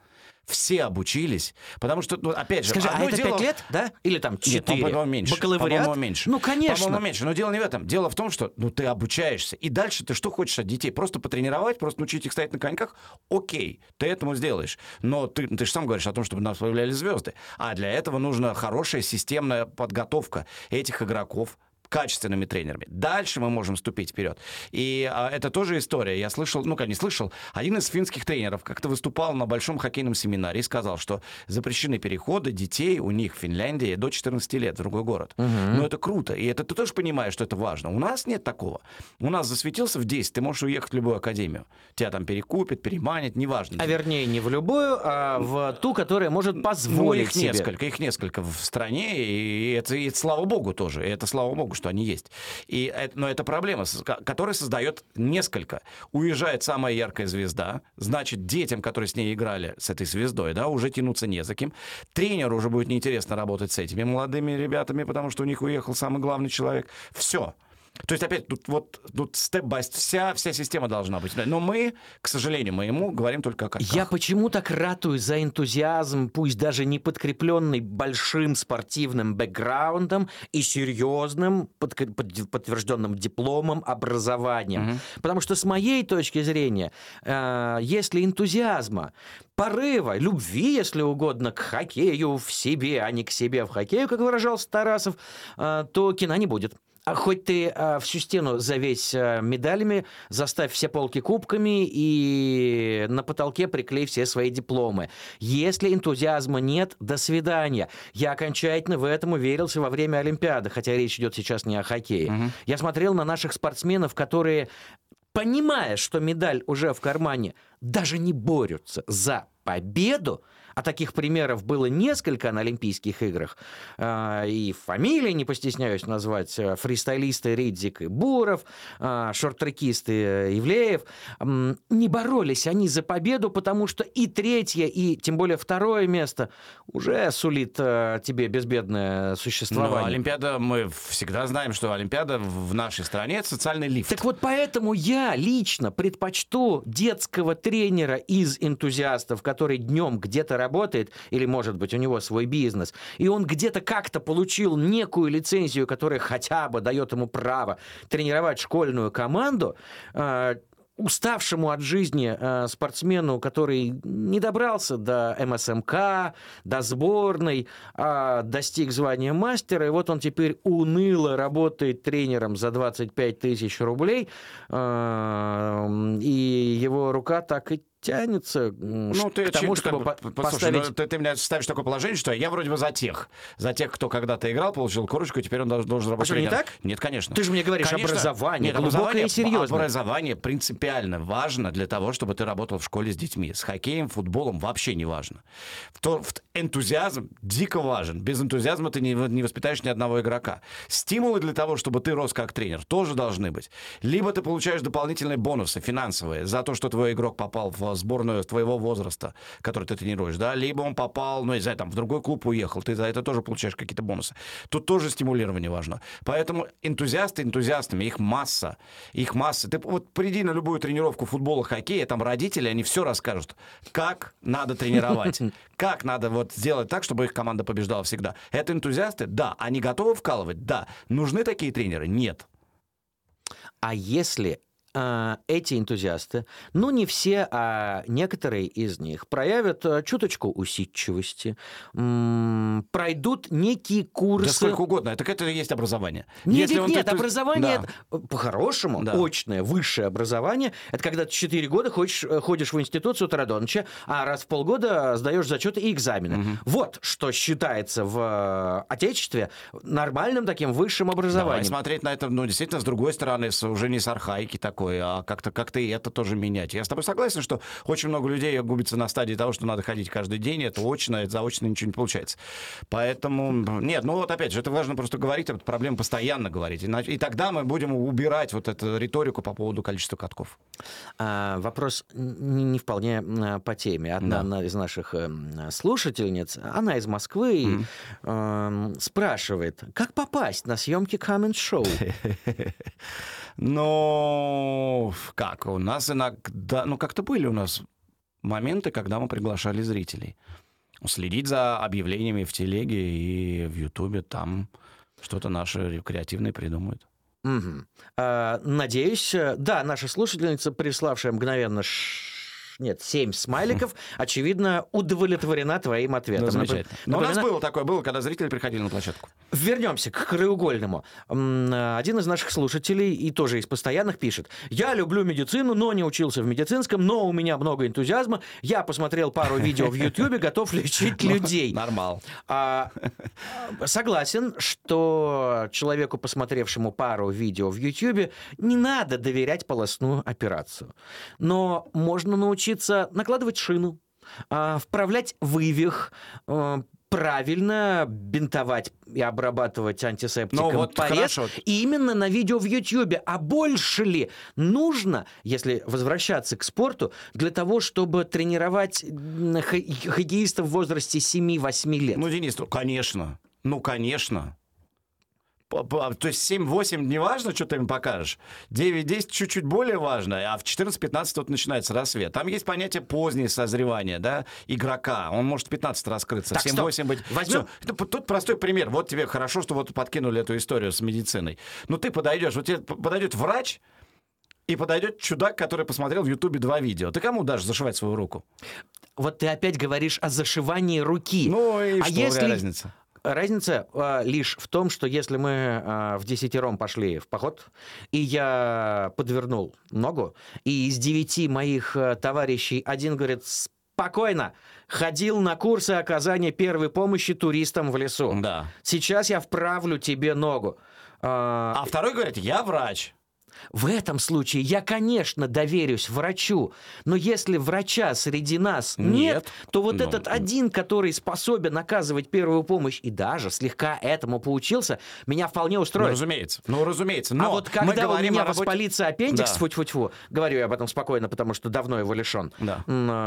все обучились, потому что, ну, опять же... Скажи, а это дело... 5 лет, да? Или там 4? Нет, по-моему, меньше. Бакалавриат? По-моему, меньше. Ну, конечно. По-моему, меньше. Но дело не в этом. Дело в том, что ты обучаешься. И дальше ты что хочешь от детей? Просто потренировать, просто научить их стоять на коньках? Окей, ты этому сделаешь. Но ты же сам говоришь о том, чтобы у нас появлялись звезды. А для этого нужна хорошая системная подготовка этих игроков качественными тренерами. Дальше мы можем ступить вперед. И это тоже история. Я слышал, не слышал, один из финских тренеров как-то выступал на большом хоккейном семинаре и сказал, что запрещены переходы детей у них в Финляндии до 14 лет в другой город. Но это круто. И это ты тоже понимаешь, что это важно. У нас нет такого. У нас засветился в 10, ты можешь уехать в любую академию. Тебя там перекупят, переманят, неважно. А вернее, не в любую, а в ту, которая может позволить себе. Их несколько в стране, и это слава богу тоже. И это слава богу, что они есть. Но это проблема, которая создает несколько. Уезжает самая яркая звезда, значит, детям, которые с ней играли, с этой звездой, да, уже тянуться не за кем. Тренеру уже будет неинтересно работать с этими молодыми ребятами, потому что у них уехал самый главный человек. Все. То есть, опять, тут степ-бай-степ, вся система должна быть. Но мы, к сожалению, моему говорим только о коньках. Я почему так ратую за энтузиазм, пусть даже не подкрепленный большим спортивным бэкграундом и серьезным, подтвержденным дипломом, образованием. Потому что с моей точки зрения, если энтузиазма, порыва, любви, если угодно, к хоккею в себе, а не к себе в хоккею, как выражался Тарасов, то кино не будет. А хоть ты всю стену завесь медалями, заставь все полки кубками и на потолке приклей все свои дипломы. Если энтузиазма нет, до свидания. Я окончательно в этом уверился во время Олимпиады, хотя речь идет сейчас не о хоккее. Я смотрел на наших спортсменов, которые, понимая, что медаль уже в кармане, даже не борются за победу. А таких примеров было несколько на Олимпийских играх. И фамилии не постесняюсь назвать. Фристайлисты Ридзик и Буров, шорт-трекисты Ивлеев. Не боролись они за победу, потому что и третье, и тем более второе место уже сулит тебе безбедное существование. Но Олимпиада, мы всегда знаем, что Олимпиада в нашей стране — это социальный лифт. Так вот поэтому я лично предпочту детского тренера из энтузиастов, который днем где-то работает, или, может быть, у него свой бизнес, и он где-то как-то получил некую лицензию, которая хотя бы дает ему право тренировать школьную команду, уставшему от жизни спортсмену, который не добрался до МСМК, до сборной, достиг звания мастера, и вот он теперь уныло работает тренером за 25 тысяч рублей, и его рука так и тянется к тому, чтобы поставить... Ты меня ставишь в такое положение, что я вроде бы за тех, кто когда-то играл, получил корочку, и теперь он должен работать. А что, не так? Нет, конечно. Ты же мне говоришь, образование, глубокое и серьезное. Образование принципиально важно для того, чтобы ты работал в школе с детьми. С хоккеем, футболом вообще не важно. Энтузиазм дико важен. Без энтузиазма ты не воспитаешь ни одного игрока. Стимулы для того, чтобы ты рос как тренер, тоже должны быть. Либо ты получаешь дополнительные бонусы финансовые за то, что твой игрок попал в сборную твоего возраста, который ты тренируешь, да, либо он попал, не знаю, в другой клуб уехал, ты за это тоже получаешь какие-то бонусы. Тут тоже стимулирование важно. Поэтому энтузиастами, их масса. Ты вот приди на любую тренировку футбола, хоккея, там родители, они все расскажут, как надо тренировать, как надо вот сделать так, чтобы их команда побеждала всегда. Это энтузиасты? Да. Они готовы вкалывать? Да. Нужны такие тренеры? Нет. А если эти энтузиасты, не все, а некоторые из них проявят чуточку усидчивости, пройдут некие курсы... Да сколько угодно. Так это и есть образование. Нет, образование, да. По-хорошему, да. Очное, высшее образование, это когда ты 4 года ходишь в институт с утра до ночи, а раз в полгода сдаешь зачеты и экзамены. Угу. Вот что считается в Отечестве нормальным таким высшим образованием. Давай смотреть на это, действительно, с другой стороны, уже не с архаики такой, а как-то и это тоже менять. Я с тобой согласен, что очень много людей губится на стадии того, что надо ходить каждый день, это очно, это заочно ничего не получается. Поэтому, нет, опять же, это важно просто говорить, об этой проблеме постоянно говорить. И тогда мы будем убирать вот эту риторику по поводу количества катков. Вопрос не вполне по теме. Одна из наших слушательниц, она из Москвы, спрашивает, как попасть на съемки коммент-шоу? Как? У нас иногда... как-то были у нас моменты, когда мы приглашали зрителей. Следить за объявлениями в телеге и в Ютубе, там что-то наши креативные придумают. Мгм. Надеюсь, да, наша слушательница, приславшая мгновенно 7 смайликов, очевидно, удовлетворена твоим ответом. Ну, замечательно. Но у нас было такое, когда зрители приходили на площадку. Вернемся к краеугольному. Один из наших слушателей, и тоже из постоянных, пишет: «Я люблю медицину, но не учился в медицинском, но у меня много энтузиазма. Я посмотрел пару видео в Ютьюбе, готов лечить людей». Нормал. Согласен, что человеку, посмотревшему пару видео в Ютьюбе, не надо доверять полостную операцию. Но можно научиться накладывать шину, вправлять вывих, правильно бинтовать и обрабатывать антисептиком порез. Хорошо. И именно на видео в Ютьюбе. А больше ли нужно, если возвращаться к спорту, для того, чтобы тренировать хоккеистов в возрасте 7-8 лет? Ну, Денис, конечно. То есть 7-8 не важно, что ты им покажешь. 9-10 чуть-чуть более важно, а в 14-15 вот начинается рассвет. Там есть понятие позднее созревание, да, игрока. Он может в 15 раскрыться, в 7-8 быть... Возьмем... Тут простой пример. Вот тебе хорошо, что вот подкинули эту историю с медициной. Ну, ты подойдешь, вот тебе подойдет врач, и подойдет чудак, который посмотрел в Ютубе 2 видео. Ты кому дашь зашивать свою руку? Вот ты опять говоришь о зашивании руки. Ну, и что, разница? Разница лишь в том, что если мы в 10 пошли в поход, и я подвернул ногу, и из 9 моих товарищей один говорит: спокойно, ходил на курсы оказания первой помощи туристам в лесу. Да. Сейчас я вправлю тебе ногу. А второй говорит: я врач. В этом случае я, конечно, доверюсь врачу, но если врача среди нас нет, то вот этот один, который способен оказывать первую помощь и даже слегка этому поучился, меня вполне устроит. Ну, разумеется. Но а вот когда у меня работе... воспалится аппендикс, тьфу-тьфу-тьфу, говорю я об этом спокойно, потому что давно его лишен. Да.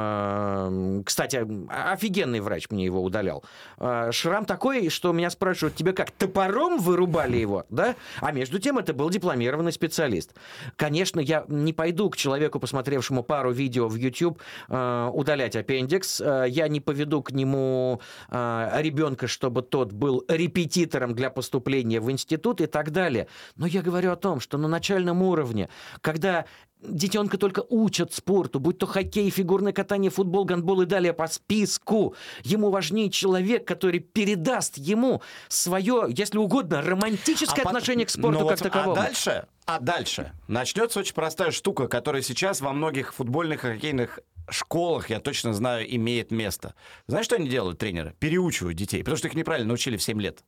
Кстати, офигенный врач мне его удалял. Шрам такой, что меня спрашивают: тебе как, топором вырубали его? Да? А между тем это был дипломированный специалист. Конечно, я не пойду к человеку, посмотревшему пару видео в YouTube, удалять аппендикс. Я не поведу к нему ребенка, чтобы тот был репетитором для поступления в институт и так далее. Но я говорю о том, что на начальном уровне, когда детенка только учат спорту, будь то хоккей, фигурное катание, футбол, гандбол и далее по списку, ему важнее человек, который передаст ему свое, если угодно, романтическое отношение к спорту как таковому. А дальше начнется очень простая штука, которая сейчас во многих футбольных и хоккейных школах, я точно знаю, имеет место. Знаешь, что они делают, тренеры? Переучивают детей, потому что их неправильно научили в 7 лет.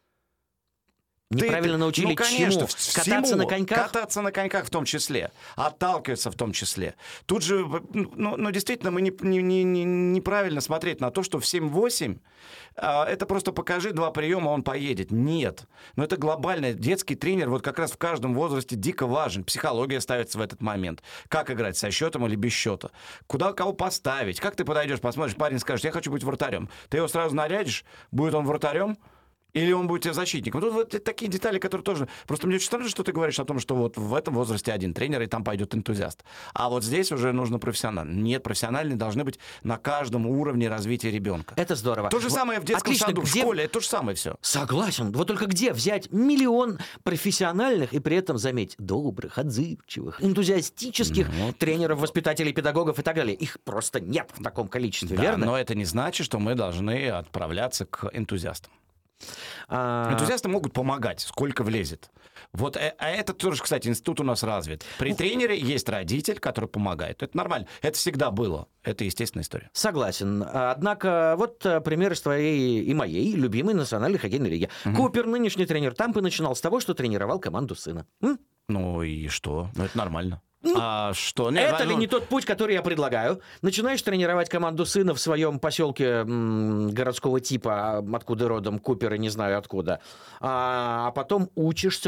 Неправильно научили конечно, чему? Кататься на коньках? Кататься на коньках в том числе. Отталкиваться в том числе. Тут же, действительно, мы неправильно смотреть на то, что в 7-8 это просто покажи 2 приема, он поедет. Нет. Но это глобально. Детский тренер вот как раз в каждом возрасте дико важен. Психология ставится в этот момент. Как играть, со счетом или без счета? Куда кого поставить? Как ты подойдешь, посмотришь, парень скажет: я хочу быть вратарем. Ты его сразу нарядишь, будет он вратарем? Или он будет защитником. Тут вот такие детали, которые тоже... Просто мне очень странно, что ты говоришь о том, что вот в этом возрасте один тренер, и там пойдет энтузиаст. А вот здесь уже нужно профессионально. Нет, профессиональные должны быть на каждом уровне развития ребенка. Это здорово. То же самое в детском саду, в школе, это то же самое все. Согласен. Вот только где взять 1 миллион профессиональных и при этом, заметь, добрых, отзывчивых, энтузиастических тренеров, воспитателей, педагогов и так далее? Их просто нет в таком количестве, да, верно? Но это не значит, что мы должны отправляться к энтузиастам. Энтузиасты могут помогать, сколько влезет. Вот, а это тоже, кстати, институт у нас развит. При тренере есть родитель, который помогает. Это нормально. Это всегда было. Это естественная история. Согласен. Однако вот пример из твоей и моей любимой национальной хоккейной лиги. Купер, нынешний тренер Тампы, начинал с того, что тренировал команду сына. Ну и что? Ну это нормально. Что? Это ли не тот путь, который я предлагаю? Начинаешь тренировать команду сына в своем поселке городского типа, откуда родом Купер, и не знаю откуда, а потом учишься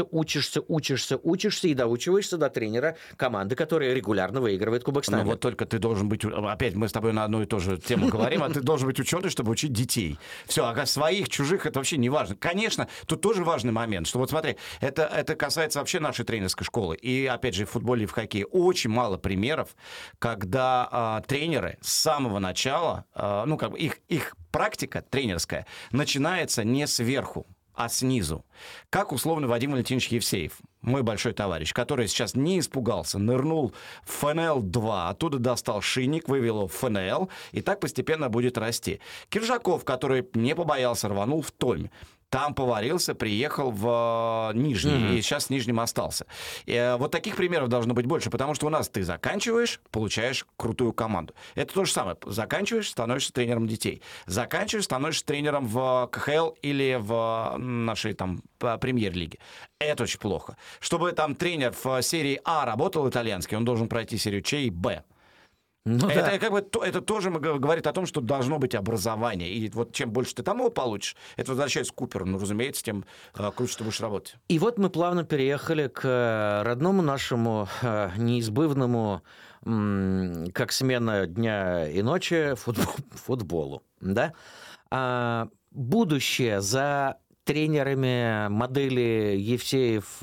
и доучиваешься до тренера команды, которая регулярно выигрывает Кубок Стэнли. Ну вот только ты должен быть... Опять мы с тобой на одну и ту же тему говорим, а ты должен быть ученый, чтобы учить детей. Все, а своих, чужих, это вообще не важно. Конечно, тут тоже важный момент, что вот смотри, это касается вообще нашей тренерской школы. И опять же в футболе, и в хоккее. очень мало примеров, когда тренеры с самого начала, их практика тренерская начинается не сверху, а снизу. Как условно Вадим Валентинович Евсеев, мой большой товарищ, который сейчас не испугался, нырнул в ФНЛ-2, оттуда достал шинник, вывел его в ФНЛ, и так постепенно будет расти. Киржаков, который не побоялся, рванул в Томь. Там поварился, приехал в Нижний, и сейчас с Нижним остался. И вот таких примеров должно быть больше, потому что у нас ты заканчиваешь, получаешь крутую команду. Это то же самое. Заканчиваешь, становишься тренером детей. Заканчиваешь, становишься тренером в КХЛ или в нашей там премьер-лиге. Это очень плохо. Чтобы там тренер в серии А работал итальянский, он должен пройти серию Ч и Б. Ну, это тоже говорит о том, что должно быть образование. И вот чем больше ты там его получишь, это возвращается к Куперу. Ну, разумеется, тем круче ты будешь работать. И вот мы плавно переехали к родному нашему неизбывному, как смена дня и ночи, футболу. Да? Будущее за тренерами модели Евсеев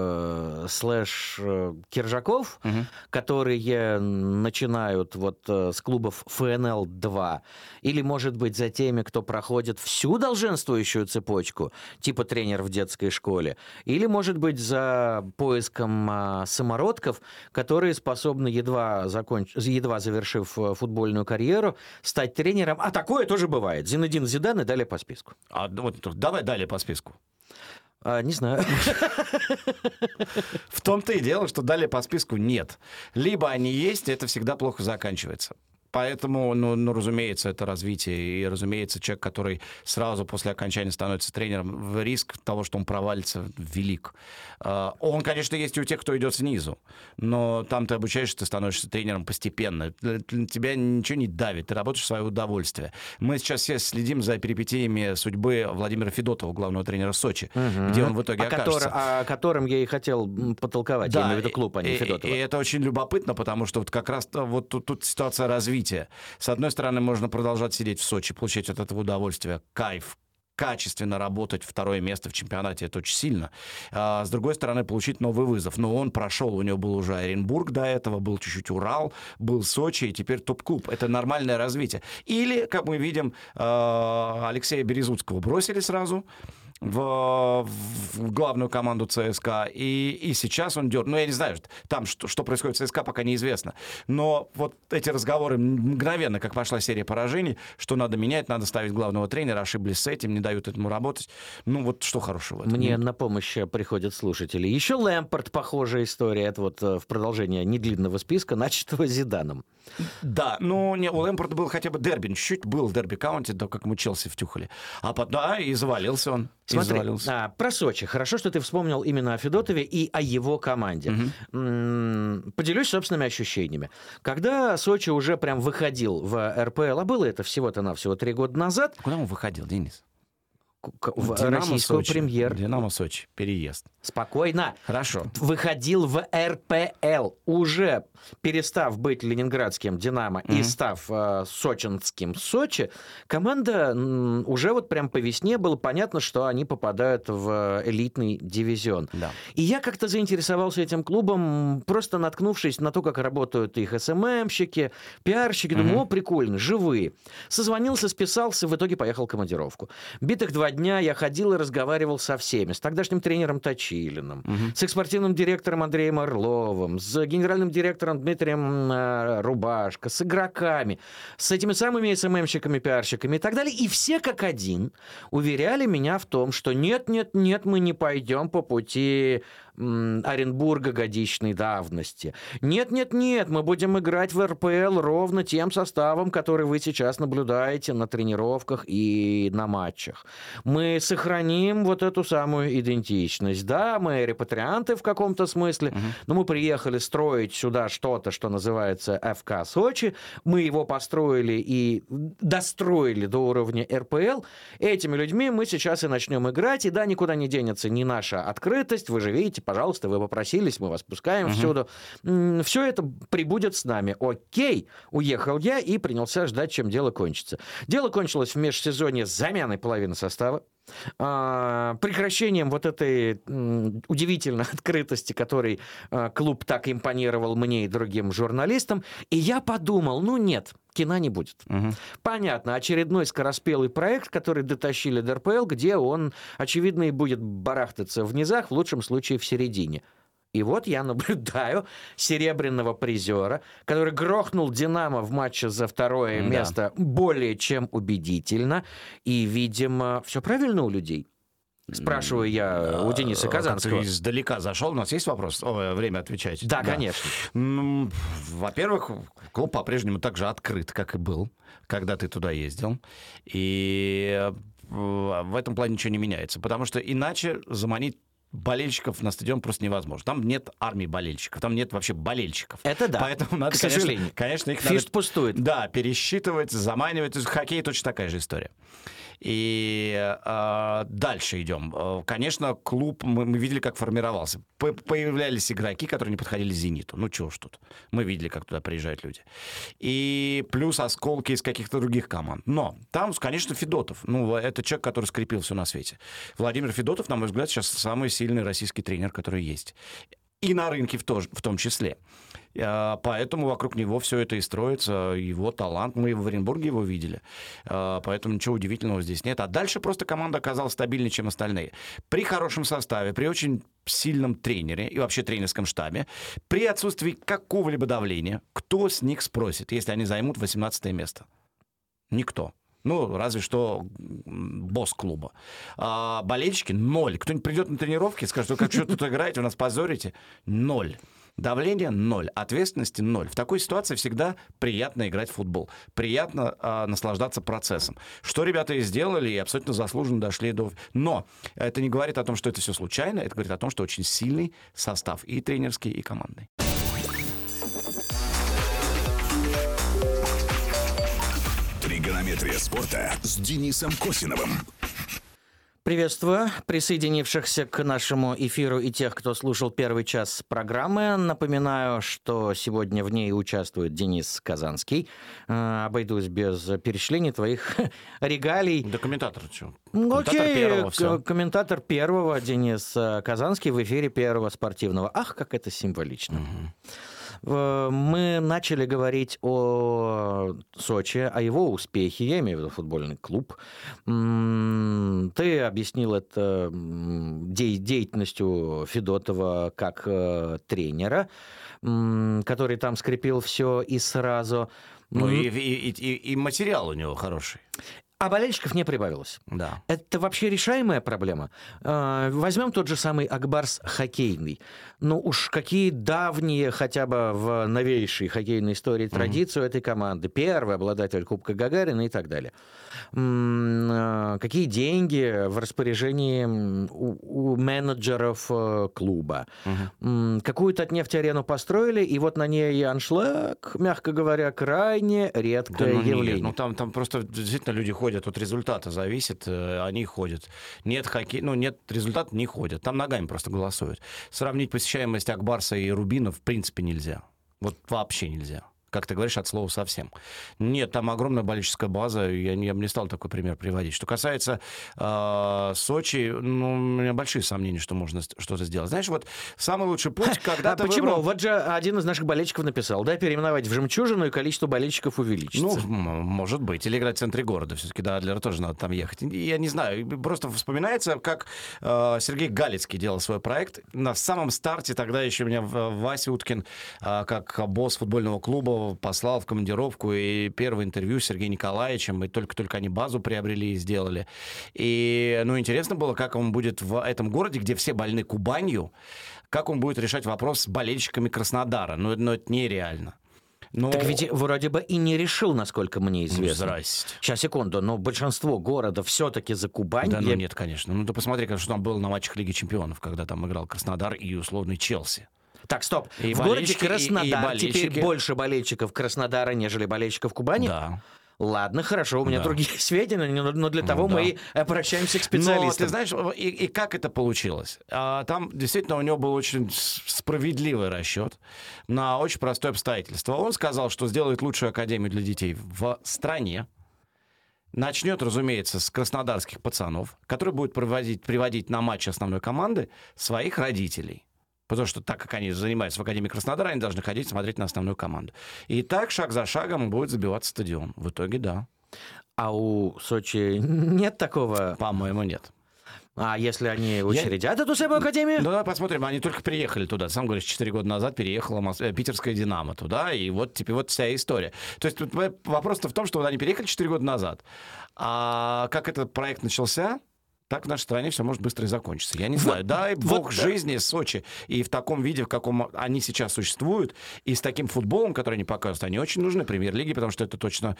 / Киржаков, которые начинают вот с клубов ФНЛ-2, или, может быть, за теми, кто проходит всю долженствующую цепочку, типа тренер в детской школе, или, может быть, за поиском самородков, которые способны, едва завершив футбольную карьеру, стать тренером. А такое тоже бывает. Зинедин Зидан и далее по списку. Давай далее по списку. Не знаю. В том-то и дело, что далее по списку нет. Либо они есть, и это всегда плохо заканчивается. Поэтому, разумеется, это развитие. И, разумеется, человек, который сразу после окончания становится тренером, риск того, что он провалится, велик. Он, конечно, есть и у тех, кто идет снизу. Но там ты обучаешься, ты становишься тренером постепенно. Тебя ничего не давит, ты работаешь в свое удовольствие. Мы сейчас все следим за перипетиями судьбы Владимира Федотова, главного тренера Сочи, где он в итоге окажется. О котором я и хотел потолковать. Да, я имею в виду клуб, а не Федотова. И это очень любопытно, потому что вот как раз вот тут ситуация развития. С одной стороны, можно продолжать сидеть в Сочи, получать от этого удовольствие, кайф, качественно работать, второе место в чемпионате, это очень сильно. А с другой стороны, получить новый вызов. Но он прошел, у него был уже Оренбург до этого, был чуть-чуть Урал, был Сочи, и теперь топ-клуб. Это нормальное развитие. Или, как мы видим, Алексея Березутского бросили сразу в главную команду ЦСКА, и сейчас он дернул. Ну, я не знаю, там что происходит в ЦСКА, пока неизвестно. Но вот эти разговоры мгновенно, как пошла серия поражений, что надо менять, надо ставить главного тренера, ошиблись с этим, не дают этому работать. Ну, вот что хорошего в этом? Мне на помощь приходят слушатели. Еще Лэмпорт, похожая история. Это вот в продолжение недлинного списка, начатого Зиданом. Да, но у Лэмпорта был хотя бы дерби, чуть-чуть был дерби-каунти, до как мы Челси втюхали. А потом, и завалился он. Смотри, про Сочи. Хорошо, что ты вспомнил именно о Федотове и о его команде. Поделюсь собственными ощущениями. Когда Сочи уже прям выходил в РПЛ, а было это всего-то навсего 3 года назад... Куда он выходил, Денис? В российскую премьер. Динамо Сочи, переезд. Спокойно. Хорошо. Выходил в РПЛ, уже перестав быть ленинградским «Динамо» и став сочинским «Сочи», команда уже вот прям по весне было понятно, что они попадают в элитный дивизион. Да. И я как-то заинтересовался этим клубом, просто наткнувшись на то, как работают их СММщики, пиарщики. Думаю, прикольно, живые. Созвонился, списался, в итоге поехал в командировку. Битых 2 дня я ходил и разговаривал со всеми. С тогдашним тренером Точилиным, с экспортивным директором Андреем Орловым, с генеральным директором Дмитрием Рубашко, с игроками, с этими самыми СММщиками, пиарщиками и так далее. И все как один уверяли меня в том, что нет, мы не пойдем по пути Оренбурга годичной давности. Нет, мы будем играть в РПЛ ровно тем составом, который вы сейчас наблюдаете на тренировках и на матчах. Мы сохраним вот эту самую идентичность. Да, мы репатрианты в каком-то смысле, но мы приехали строить сюда что-то, что называется ФК Сочи. Мы его построили и достроили до уровня РПЛ. Этими людьми мы сейчас и начнем играть. И да, никуда не денется ни наша открытость. Вы же видите, пожалуйста, вы попросились, мы вас пускаем всюду. Все это прибудет с нами. Окей, уехал я и принялся ждать, чем дело кончится. Дело кончилось в межсезонье с заменой половины состава, прекращением вот этой удивительной открытости, которой клуб так импонировал мне и другим журналистам. И я подумал, нет, кино не будет. Понятно, очередной скороспелый проект, который дотащили до РПЛ, где он, очевидно, и будет барахтаться в низах, в лучшем случае в середине. И вот я наблюдаю серебряного призера, который грохнул «Динамо» в матче за второе место более чем убедительно. И, видимо, все правильно у людей. Спрашиваю я у Дениса Казанского. Ты издалека зашел. У нас есть вопрос? Время отвечать? Да, конечно. Во-первых, клуб по-прежнему так же открыт, как и был, когда ты туда ездил. И в этом плане ничего не меняется. Потому что иначе заманить болельщиков на стадион просто невозможно. Там нет армии болельщиков, там нет вообще болельщиков. Это да. Поэтому надо, к сожалению. конечно, их Фишт надо, пустует. Да, пересчитывать, заманивать. Хоккей точно такая же история. И дальше идем. Конечно, клуб, мы видели, как формировался. Появлялись игроки, которые не подходили «Зениту». Ну, чего ж тут. Мы видели, как туда приезжают люди. И плюс осколки из каких-то других команд. Но там, конечно, Федотов. Это человек, который скрепил все на свете. Владимир Федотов, на мой взгляд, сейчас самый сильный российский тренер, который есть. И на рынке в том числе. Поэтому вокруг него все это и строится. Его талант. Мы в Оренбурге его видели. Поэтому ничего удивительного здесь нет. А дальше просто команда оказалась стабильнее, чем остальные. При хорошем составе, при очень сильном тренере и вообще тренерском штабе, при отсутствии какого-либо давления, кто с них спросит, если они займут 18 место? Никто. Разве что босс клуба. Болельщики — 0. Кто-нибудь придет на тренировки и скажет: как что тут играете, вы нас позорите? 0. Давление — 0. Ответственности — 0. В такой ситуации всегда приятно играть в футбол. Приятно наслаждаться процессом. Что ребята и сделали, и абсолютно заслуженно дошли до... Но это не говорит о том, что это все случайно. Это говорит о том, что очень сильный состав и тренерский, и командный. Тригонометрия спорта с Денисом Косиновым. Приветствую присоединившихся к нашему эфиру и тех, кто слушал первый час программы. Напоминаю, что сегодня в ней участвует Денис Казанский. Обойдусь без перечислений твоих регалий. Да комментатор что? Окей, первого, все. Комментатор первого Денис Казанский в эфире первого спортивного. Ах, как это символично. Мы начали говорить о Сочи, о его успехе, я имею в виду футбольный клуб. Ты объяснил это деятельностью Федотова как тренера, который там скрепил все и сразу. И материал у него хороший. А болельщиков не прибавилось. Да. Это вообще решаемая проблема. Возьмем тот же самый Акбарс хоккейный. Уж какие давние, хотя бы в новейшей хоккейной истории традиции у этой команды. Первый обладатель Кубка Гагарина и так далее. Какие деньги в распоряжении у менеджеров клуба. Какую Татнефть-арену построили, и вот на ней аншлаг, мягко говоря, крайне редкое явление. Нет, там просто действительно люди ходят, от результата зависит, они ходят. Нет результата, не ходят. Там ногами просто голосуют. Сравнить посещаемость Акбарса и Рубина в принципе нельзя. Вот вообще нельзя. Как ты говоришь, от слова совсем. Нет, там огромная болельческая база, я бы не стал такой пример приводить. Что касается Сочи, у меня большие сомнения, что можно что-то сделать. Знаешь, вот самый лучший путь, когда ты почему? выбрал... Вот же один из наших болельщиков написал, переименовать в «Жемчужину», и количество болельщиков увеличится. Может быть. Или играть в центре города. Все-таки до Адлера тоже надо там ехать. Я не знаю. Просто вспоминается, как Сергей Галицкий делал свой проект. На самом старте тогда еще меня Вася Уткин, как босс футбольного клуба, послал в командировку, и первое интервью с Сергеем Николаевичем, и только они базу приобрели и сделали. И, интересно было, как он будет в этом городе, где все больны Кубанью, как он будет решать вопрос с болельщиками Краснодара. Но это нереально. Так ведь вроде бы и не решил, насколько мне известно. Здрасте. Сейчас, секунду, но большинство города все-таки за Кубань. Да, нет, конечно. Ты посмотри, что там было на матчах Лиги Чемпионов, когда там играл Краснодар и условный Челси. Так, стоп. И в городе Краснодар и теперь больше болельщиков Краснодара, нежели болельщиков Кубани? Да. Ладно, хорошо, у меня Да. другие сведения, но для того Да. мы и обращаемся к Но специалистам. ты знаешь, и как это получилось? Там действительно у него был очень справедливый расчет на очень простое обстоятельство. Он сказал, что сделает лучшую академию для детей в стране. Начнет, разумеется, с краснодарских пацанов, которые будут приводить на матчи основной команды своих родителей. Потому что так как они занимаются в Академии Краснодара, они должны ходить смотреть на основную команду. И так шаг за шагом будет забиваться стадион. В итоге да. А у Сочи нет такого? По-моему, нет. А если они учредят эту самую академию? Ну, давай посмотрим. Они только приехали туда. Сам говоришь, 4 года назад переехала питерская «Динамо» туда, и вот теперь вот вся история. То есть тут вопрос-то в том, что вот они переехали 4 года назад. А как этот проект начался, так в нашей стране все может быстро и закончиться. Я не знаю. Дай бог жизни Сочи. И в таком виде, в каком они сейчас существуют, и с таким футболом, который они показывают, они очень нужны премьер-лиге, потому что это точно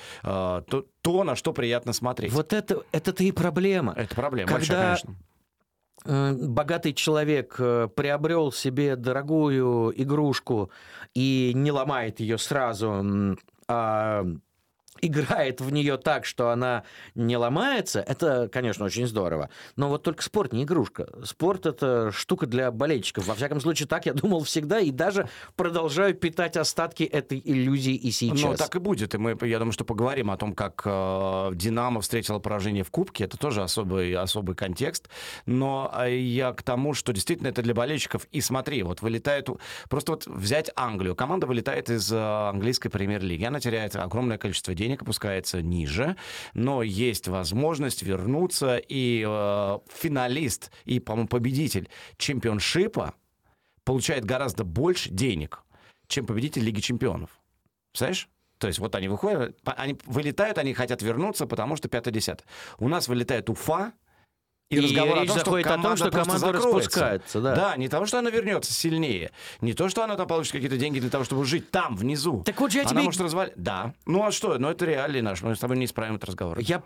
то, на что приятно смотреть. Вот это-то и проблема. Это проблема Когда большая, конечно. богатый человек приобрел себе дорогую игрушку и не ломает ее сразу, а играет в нее так, что она не ломается, это, конечно, очень здорово. Но вот только спорт не игрушка. Спорт — это штука для болельщиков. Во всяком случае, так я думал всегда, и даже продолжаю питать остатки этой иллюзии и сейчас. Ну, так и будет. И я думаю, что поговорим о том, как «Динамо» встретила поражение в Кубке. Это тоже особый контекст. Но я к тому, что действительно это для болельщиков. И смотри, вот вылетает... Просто вот взять Англию. Команда вылетает из английской премьер-лиги. Она теряет огромное количество денег, опускается ниже, но есть возможность вернуться, и финалист и, по-моему, победитель чемпионшипа получает гораздо больше денег, чем победитель Лиги чемпионов. Представляешь? То есть вот они выходят, они вылетают, они хотят вернуться, потому что 5-10. У нас вылетает Уфа, и разговор речь о том, заходит о том, что просто команда закроется. распускается. Да. Да, не того, что она вернется сильнее, не то, что она там получит какие-то деньги для того, чтобы жить там, внизу. Так вот же я она тебе... может развалить. Да. Ну а что? Ну это реалии наши. Мы с тобой не исправим этот разговор. Я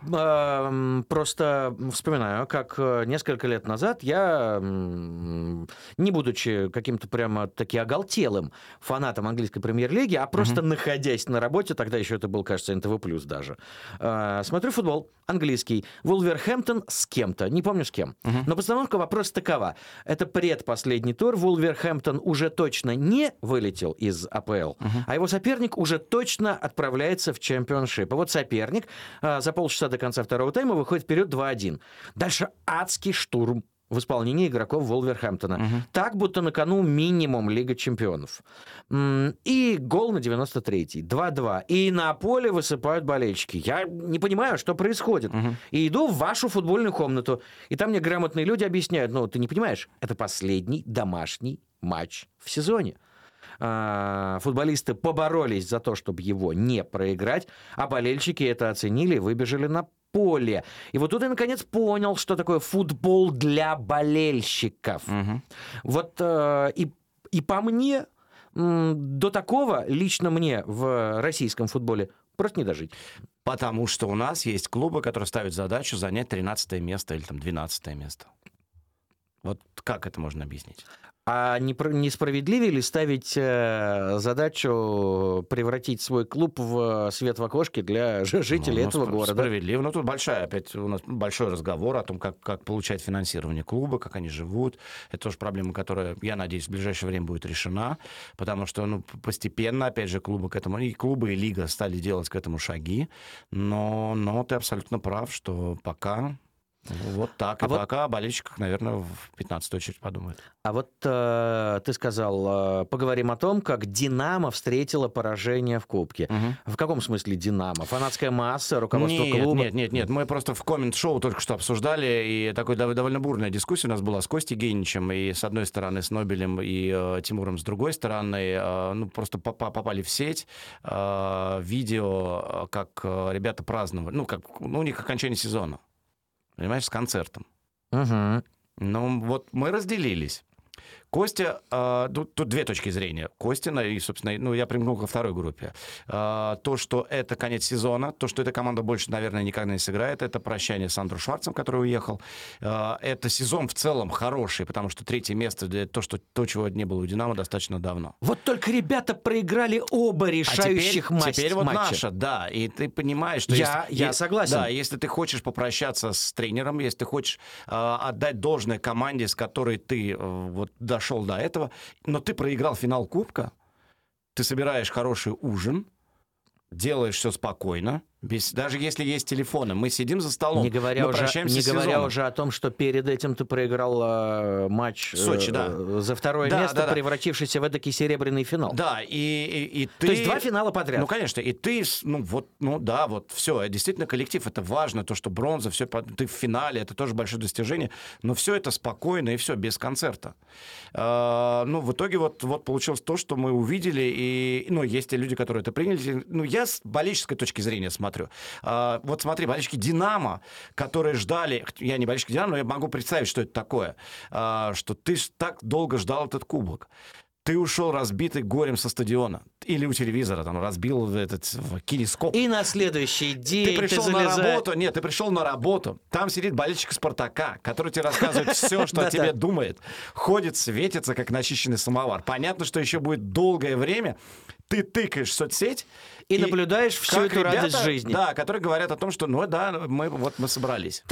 просто вспоминаю, как несколько лет назад я, не будучи каким-то прямо таки оголтелым фанатом английской премьер-лиги, а просто находясь на работе, тогда еще это был, кажется, НТВ+, даже, смотрю футбол английский. Вулверхэмптон с кем-то, не помню с кем. Но постановка вопроса такова. Это предпоследний тур. Вулверхэмптон уже точно не вылетел из АПЛ, а его соперник уже точно отправляется в чемпионшип. И вот соперник за полчаса до конца второго тайма выходит вперед 2-1. Дальше адский штурм в исполнении игроков Вулверхэмптона. Так, будто на кону минимум Лига чемпионов. И гол на 93-й. 2-2. И на поле высыпают болельщики. Я не понимаю, что происходит. И иду в вашу футбольную комнату. И там мне грамотные люди объясняют, ну, ты не понимаешь, это последний домашний матч в сезоне. Футболисты поборолись за то, чтобы его не проиграть, а болельщики это оценили и выбежали на поле. И вот тут я наконец понял, что такое футбол для болельщиков. Вот и по мне до такого лично мне в российском футболе просто не дожить. Потому что у нас есть клубы, которые ставят задачу занять 13 место или там 12 место. Вот как это можно объяснить? А несправедливее ли ставить задачу превратить свой клуб в свет в окошке для жителей этого города? Справедливо. Но тут опять у нас большой разговор о том, как получать финансирование клуба, как они живут. Это тоже проблема, которая, я надеюсь, в ближайшее время будет решена, потому что постепенно, опять же, клубы к этому, и клубы, и лига стали делать к этому шаги. Но ты абсолютно прав, что пока... Вот так. И пока о болельщиках, наверное, в 15-ю очередь подумают. А вот ты сказал, поговорим о том, как «Динамо» встретила поражение в Кубке. В каком смысле «Динамо»? Фанатская масса, руководство клуба? Нет. Мы просто в коммент-шоу только что обсуждали, и такой довольно бурная дискуссия у нас была с Костей Гейничем, и с одной стороны с Нобелем, и Тимуром с другой стороны. Просто попали в сеть видео, как ребята праздновали, у них окончание сезона. Понимаешь, с концертом. Ну, вот мы разделились. Костя, тут две точки зрения. Костина и, собственно, я примкнул ко второй группе. То, что это конец сезона, то, что эта команда больше, наверное, никогда не сыграет, это прощание с Андрю Шварцем, который уехал. Это сезон в целом хороший, потому что третье место, то, чего не было у «Динамо» достаточно давно. Вот только ребята проиграли оба решающих матча. Теперь вот наша, да. И ты понимаешь, что... Я согласен. Да, если ты хочешь попрощаться с тренером, если ты хочешь отдать должное команде, с которой ты дошел до этого, но ты проиграл финал Кубка, ты собираешь хороший ужин, делаешь все спокойно, даже если есть телефоны, мы сидим за столом, не говоря уже о том, что перед этим ты проиграл матч Сочи, за второе место, превратившийся в эдакий серебряный финал. Да, и ты... То есть 2 финала подряд. Ну, конечно, и ты, все, действительно коллектив, это важно, то, что бронза, все, ты в финале, это тоже большое достижение, но все это спокойно и все, без концерта. В итоге вот получилось то, что мы увидели, и, есть те люди, которые это приняли. Я с болельческой точки зрения смотрю. Вот смотри, болельщики «Динамо», которые ждали... Я не болельщик «Динамо», но я могу представить, что это такое. Что ты так долго ждал этот кубок. Ты ушел разбитый горем со стадиона. Или у телевизора, там, разбил этот кинескоп. И на следующий день ты пришел на работу. Нет, ты пришел на работу. Там сидит болельщик «Спартака», который тебе рассказывает все, что о тебе думает. Ходит, светится, как начищенный самовар. Понятно, что еще будет долгое время. Ты тыкаешь в соцсеть и наблюдаешь всю эту радость жизни. Да, которые говорят о том, что, мы собрались.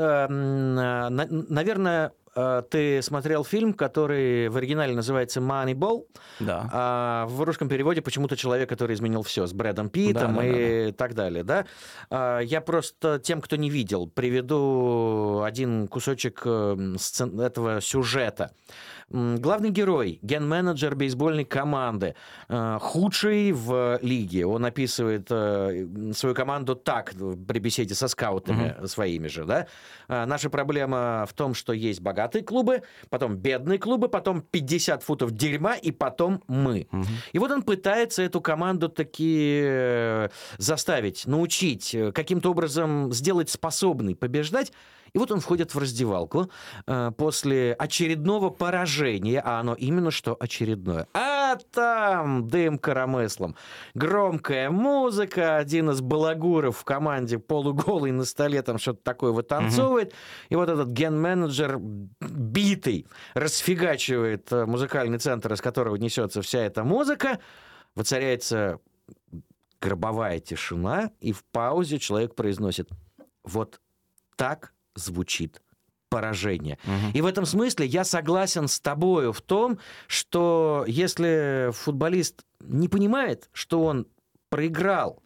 Наверное, ты смотрел фильм, который в оригинале называется «Moneyball», да. А в русском переводе почему-то «Человек, который изменил все» с Брэдом Питтом и так далее. Да? Я просто тем, кто не видел, приведу один кусочек этого сюжета. Главный герой, ген-менеджер бейсбольной команды, худший в лиге. Он описывает свою команду так при беседе со скаутами своими же. Да? Наша проблема в том, что есть богатые клубы, потом бедные клубы, потом 50 футов дерьма, и потом мы. И вот он пытается эту команду таки заставить, научить, каким-то образом сделать способной побеждать. И вот он входит в раздевалку после очередного поражения, а оно именно что очередное. А там дым коромыслом, громкая музыка, один из балагуров в команде полуголый на столе там что-то такое вытанцовывает, и вот этот ген-менеджер битый расфигачивает музыкальный центр, из которого несется вся эта музыка, воцаряется гробовая тишина, и в паузе человек произносит: вот так звучит поражение. И в этом смысле я согласен с тобою в том, что если футболист не понимает, что он проиграл,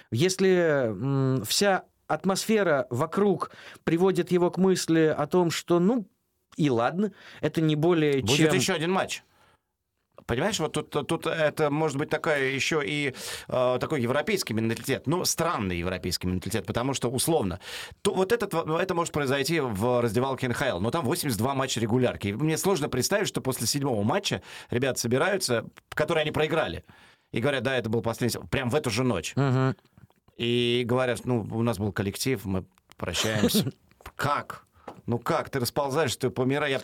если вся атмосфера вокруг приводит его к мысли о том, что, и ладно, это не более чем... Будет еще один матч. Понимаешь, вот тут это может быть такая еще и такой европейский менталитет, странный европейский менталитет, потому что, условно, это может произойти в раздевалке НХЛ, но там 82 матча регулярки. И мне сложно представить, что после 7-го матча ребята собираются, которые они проиграли, и говорят: да, это был последний, прям в эту же ночь. И говорят: у нас был коллектив, мы прощаемся. Как? Как? Ты расползаешься, ты помираешь.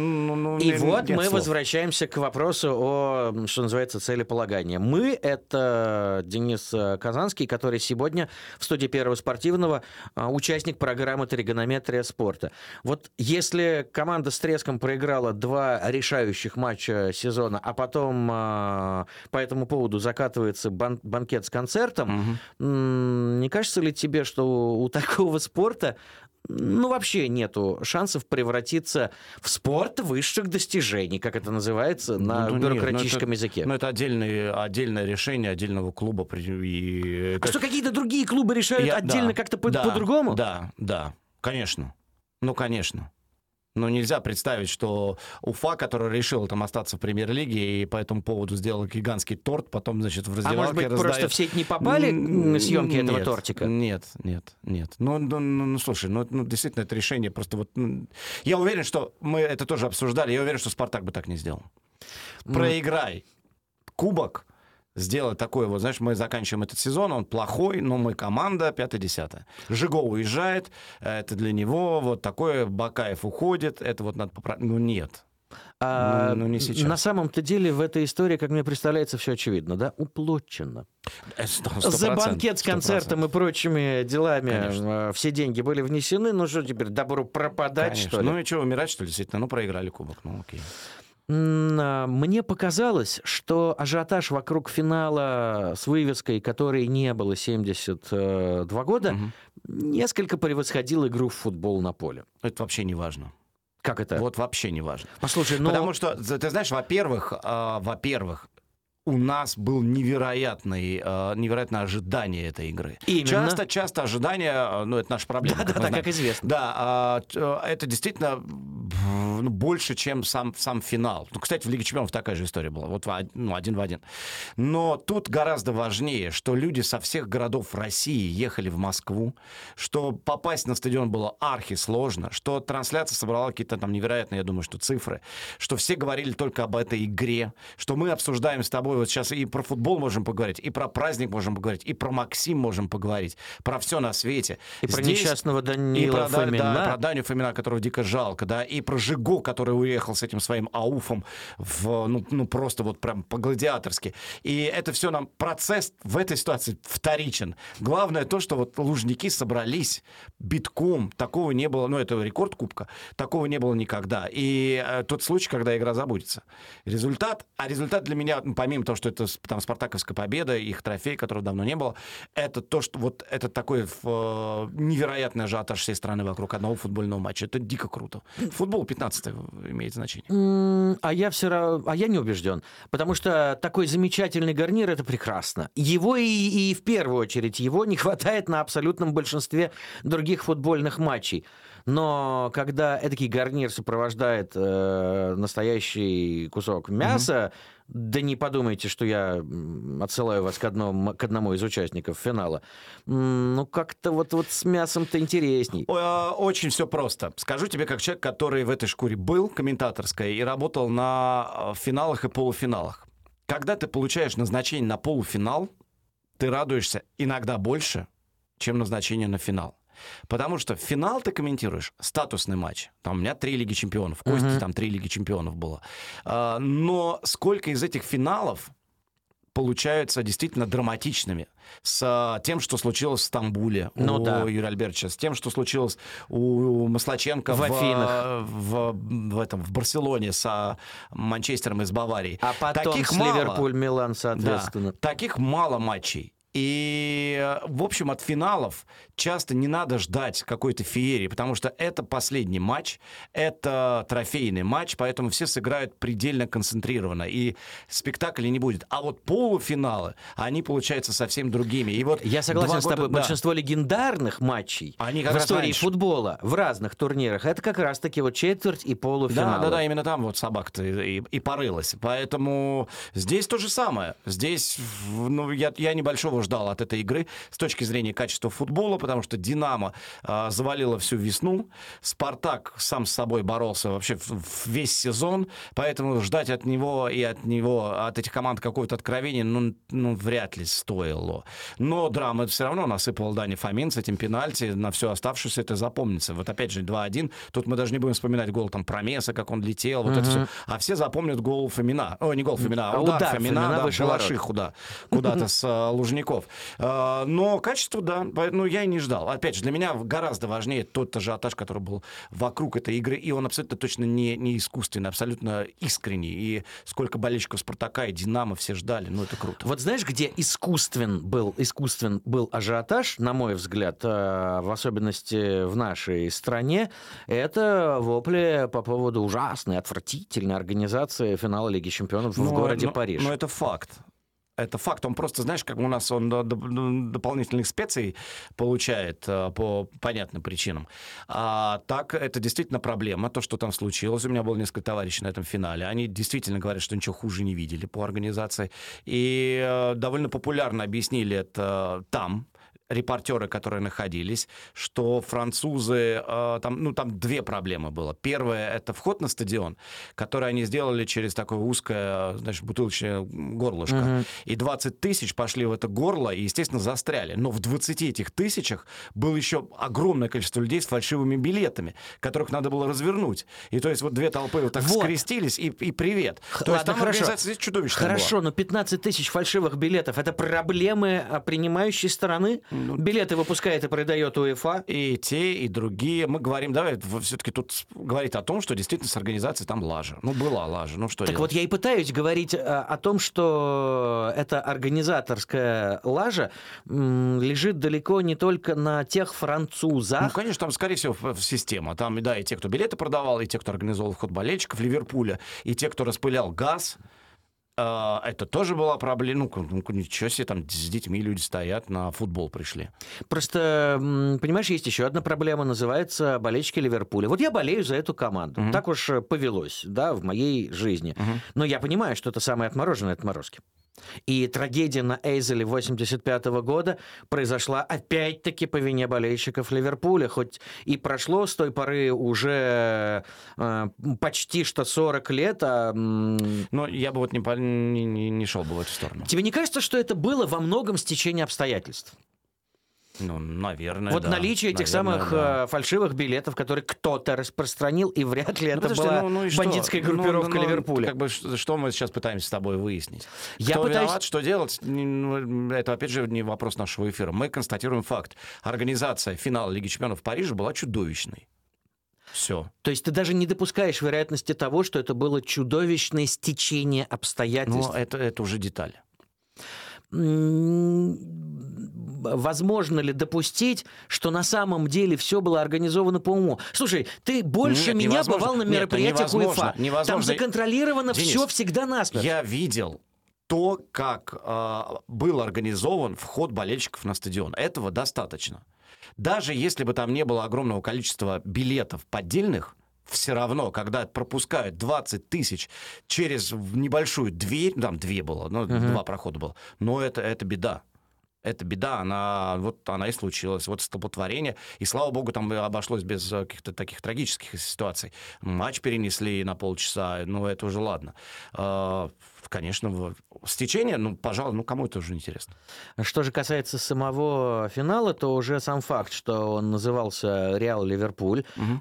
Мы возвращаемся к вопросу о, что называется, целеполагании. Мы — это Денис Казанский, который сегодня в студии Первого спортивного участник программы «Тригонометрия спорта». Вот если команда с треском проиграла 2 решающих матча сезона, а потом по этому поводу закатывается банкет с концертом, не кажется ли тебе, что у такого спорта вообще нету шансов превратиться в спорт высших достижений, как это называется на бюрократическом языке? Это отдельное решение отдельного клуба. Что, какие-то другие клубы решают отдельно как-то по-другому? Да, конечно. Конечно. Нельзя представить, что Уфа, который решил там остаться в премьер-лиге и по этому поводу сделал гигантский торт, потом, в раздевалке может быть, раздает... просто в сеть не попали на съемки этого тортика? Нет. Слушай, действительно, это решение просто Я уверен, что мы это тоже обсуждали, я уверен, что «Спартак» бы так не сделал. Проиграй кубок, сделать такое, мы заканчиваем этот сезон, он плохой, но мы команда 5-10. Жиго уезжает, это для него такое, Бакаев уходит, это надо поправить. Нет. Ну, не сейчас. На самом-то деле в этой истории, как мне представляется, все очевидно, да? Уплочено. 100%, За банкет с концертом и прочими делами Конечно. все деньги были внесены. Ну что теперь, добру пропадать, Конечно. что ли? Ну и что, умирать, что ли, действительно? Ну, проиграли кубок, ну окей. Мне показалось, что ажиотаж вокруг финала с вывеской, которой не было 72 года, несколько превосходил игру в футбол на поле. Это вообще не важно. Как это? Вот вообще не важно. Послушай, ну... Потому что, ты знаешь, во-первых, у нас было невероятное ожидание этой игры. Именно. Часто ожидание, ну, это наша проблема. Да, как известно. Да, это действительно больше, чем сам финал. Ну, кстати, в Лиге Чемпионов такая же история была, вот один в один. Но тут гораздо важнее, что люди со всех городов России ехали в Москву, что попасть на стадион было архисложно, что трансляция собрала какие-то там невероятные, я думаю, что цифры, что все говорили только об этой игре, что мы обсуждаем с тобой вот сейчас и про футбол можем поговорить, и про праздник можем поговорить, и про Максим можем поговорить, про все на свете. И про несчастного Данила Фомина. Да, про Даню Фомина, которого дико жалко, да, и про Жигу, который уехал с этим своим ауфом просто вот прям по-гладиаторски. И это все нам процесс в этой ситуации вторичен. Главное то, что вот Лужники собрались битком, такого не было, ну это рекорд кубка, такого не было никогда. И тот случай, когда игра забудется. Результат для меня, помимо того, что это там спартаковская победа, их трофей, которого давно не было, это то, что вот это такой невероятный ажиотаж всей страны вокруг одного футбольного матча. Это дико круто. Футбол 15 имеет значение. А я не убежден, потому что такой замечательный гарнир — это прекрасно. Его и в первую очередь его не хватает на абсолютном большинстве других футбольных матчей. Но когда эдакий гарнир сопровождает настоящий кусок мяса, да не подумайте, что я отсылаю вас к одному из участников финала. Ну, как-то вот с мясом-то интересней. Очень все просто. Скажу тебе, как человек, который в этой шкуре был, комментаторской, и работал на финалах и полуфиналах. Когда ты получаешь назначение на полуфинал, ты радуешься иногда больше, чем назначение на финал. Потому что финал ты комментируешь, статусный матч. Там у меня 3 Лиги Чемпионов, Кости там 3 Лиги Чемпионов было. Но сколько из этих финалов получаются действительно драматичными. С тем, что случилось в Стамбуле у Юрия Альбертовича, с тем, что случилось у Маслаченко в Афинах, в Барселоне с Манчестером из Баварии. А потом таких с Ливерпуль, Милан, соответственно. Да, таких мало матчей. И, в общем, от финалов часто не надо ждать какой-то феерии, потому что это последний матч, это трофейный матч, поэтому все сыграют предельно концентрированно, и спектакля не будет. А вот полуфиналы, они получаются совсем другими. И вот я согласен с тобой, большинство легендарных матчей в истории футбола в разных турнирах, это как раз-таки вот четверть и полуфиналы. Да, именно там вот собака-то и порылась. Поэтому здесь то же самое. Здесь, я небольшого ждал от этой игры с точки зрения качества футбола, потому что «Динамо» завалило всю весну, «Спартак» сам с собой боролся вообще весь сезон, поэтому ждать от него и от этих команд какого-то откровения, вряд ли стоило. Но драма все равно насыпал Даня Фомин с этим пенальти, на все оставшееся это запомнится. Вот опять же 2-1, тут мы даже не будем вспоминать гол там Промеса, как он летел, вот это все. А все запомнят гол Фомина. Не гол Фомина, а удар Фомина в Балаших куда-то с Лужников. Но качество, да, я и не ждал. Опять же, для меня гораздо важнее тот ажиотаж, который был вокруг этой игры, и он абсолютно точно не искусственный, абсолютно искренний. И сколько болельщиков «Спартака» и «Динамо» все ждали, это круто. Вот знаешь, где искусствен был ажиотаж, на мой взгляд, в особенности в нашей стране, это вопли по поводу ужасной, отвратительной организации финала Лиги Чемпионов в городе Париж. Но это факт. Это факт. Он просто, знаешь, как у нас он дополнительных специй получает по понятным причинам. А так, это действительно проблема, то, что там случилось. У меня было несколько товарищей на этом финале. Они действительно говорят, что ничего хуже не видели по организации. И довольно популярно объяснили это там. репортеры, которые находились, что французы... там две проблемы было. Первая — это вход на стадион, который они сделали через такое узкое, значит, бутылочное горлышко. И 20 тысяч пошли в это горло и, естественно, застряли. Но в 20 этих тысячах было еще огромное количество людей с фальшивыми билетами, которых надо было развернуть. И то есть вот две толпы вот так скрестились, и привет. То есть там организация здесь чудовищная была. Хорошо, но 15 тысяч фальшивых билетов — это проблемы принимающей стороны? Билеты выпускает и продает УЕФА. И те, и другие. Мы говорим, давай все-таки тут говорить о том, что действительно с организацией там лажа. Была лажа. Что так делать? вот я и пытаюсь говорить о том, что эта организаторская лажа лежит далеко не только на тех французах. Конечно, там, скорее всего, система. Там, да, и те, кто билеты продавал, и те, кто организовал вход болельщиков Ливерпуля, и те, кто распылял газ. Это тоже была проблема. Ничего себе, там с детьми люди стоят, на футбол пришли. Просто, понимаешь, есть еще одна проблема, называется болельщики Ливерпуля. Вот я болею за эту команду. Так уж повелось, да, в моей жизни. Но я понимаю, что это самые отмороженные отморозки. И трагедия на Эйзеле 1985 года произошла опять-таки по вине болельщиков Ливерпуля. Хоть и прошло с той поры уже почти что 40 лет. Но я бы вот не шел бы в эту сторону. Тебе не кажется, что это было во многом стечение обстоятельств? Наверное, вот наличие этих самых фальшивых билетов, которые кто-то распространил, и вряд ли это была бандитская группировка Ливерпуля. Что мы сейчас пытаемся с тобой выяснить? Я Кто виноват, что делать? Это, опять же, не вопрос нашего эфира. Мы констатируем факт. Организация финала Лиги Чемпионов в Париже была чудовищной. Все. То есть ты даже не допускаешь вероятности того, что это было чудовищное стечение обстоятельств? Это уже деталь. Возможно ли допустить, что на самом деле все было организовано по уму? Слушай, ты больше меня бывал на мероприятиях УЕФА. Там законтролировано все всегда насмерть. Я видел то, как был организован вход болельщиков на стадион. Этого достаточно. Даже если бы там не было огромного количества билетов поддельных, все равно, когда пропускают 20 тысяч через небольшую дверь, там две было, два прохода было, но это беда. Это беда, она и случилась. Вот столпотворение. И, слава богу, там обошлось без каких-то таких трагических ситуаций. Матч перенесли на полчаса, это уже ладно. Конечно, стечение, пожалуй, кому это уже интересно. Что же касается самого финала, то уже сам факт, что он назывался «Реал-Ливерпуль»,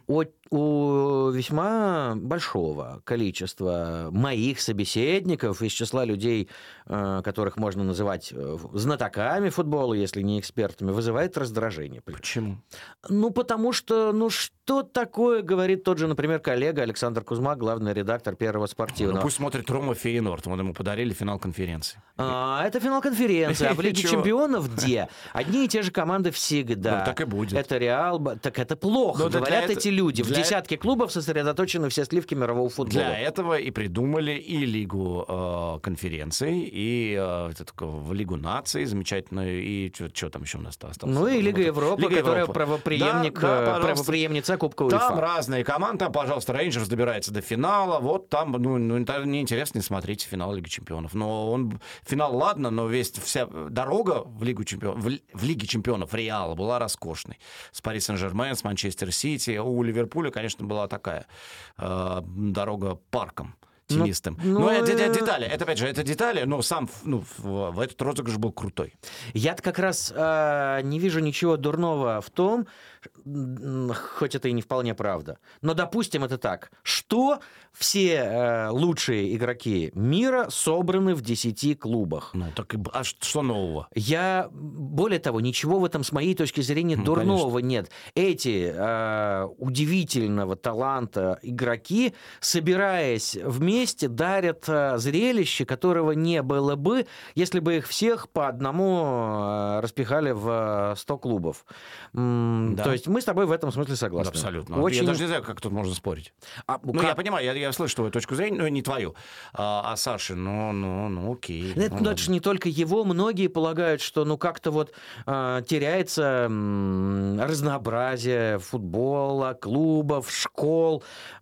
у весьма большого количества моих собеседников из числа людей, которых можно называть знатоками футбола, если не экспертами, вызывает раздражение. Почему? Потому что, что такое, говорит тот же, например, коллега Александр Кузьма, главный редактор Первого спортивного. Пусть смотрит Рома Фейенорд, ему подарили финал конференции. Это финал конференции, а в Лиге Чемпионов где? Одни и те же команды всегда. Так и будет. Это Реал, так это плохо, говорят эти люди. В десятке клубов сосредоточены все сливки мирового футбола. Для этого и придумали и Лигу конференций, и в Лигу наций замечательную, и что там еще у нас осталось? И Лига Европы, которая правопреемница Кубка УЕФА. Там разные команды, там, пожалуйста, Рейнджерс добирается до финала, вот там, неинтересно, не смотрите финал Лиги Чемпионов. Но финал, ладно, но вся дорога в Лиге Чемпионов Реала была роскошной. С Пари Сен-Жермен, с Манчестер Сити, у Ливерпуля, конечно, была такая дорога парком тенистым. Это детали. Это, опять же, это детали, но сам в этот розыгрыш был крутой. Я-то как раз не вижу ничего дурного в том, хоть это и не вполне правда, но допустим это так, что все лучшие игроки мира собраны в 10 клубах. А что нового? Более того, ничего в этом с моей точки зрения дурного нет. Эти удивительного таланта игроки, собираясь вместе, дарят зрелище, которого не было бы, если бы их всех по одному распихали в 100 клубов. То есть мы с тобой в этом смысле согласны. Абсолютно. Я даже не знаю, как тут можно спорить. Я понимаю, я слышу твою точку зрения, но не твою, а Саши, окей. Это же не только его, многие полагают, что как-то теряется разнообразие футбола, клубов, школ,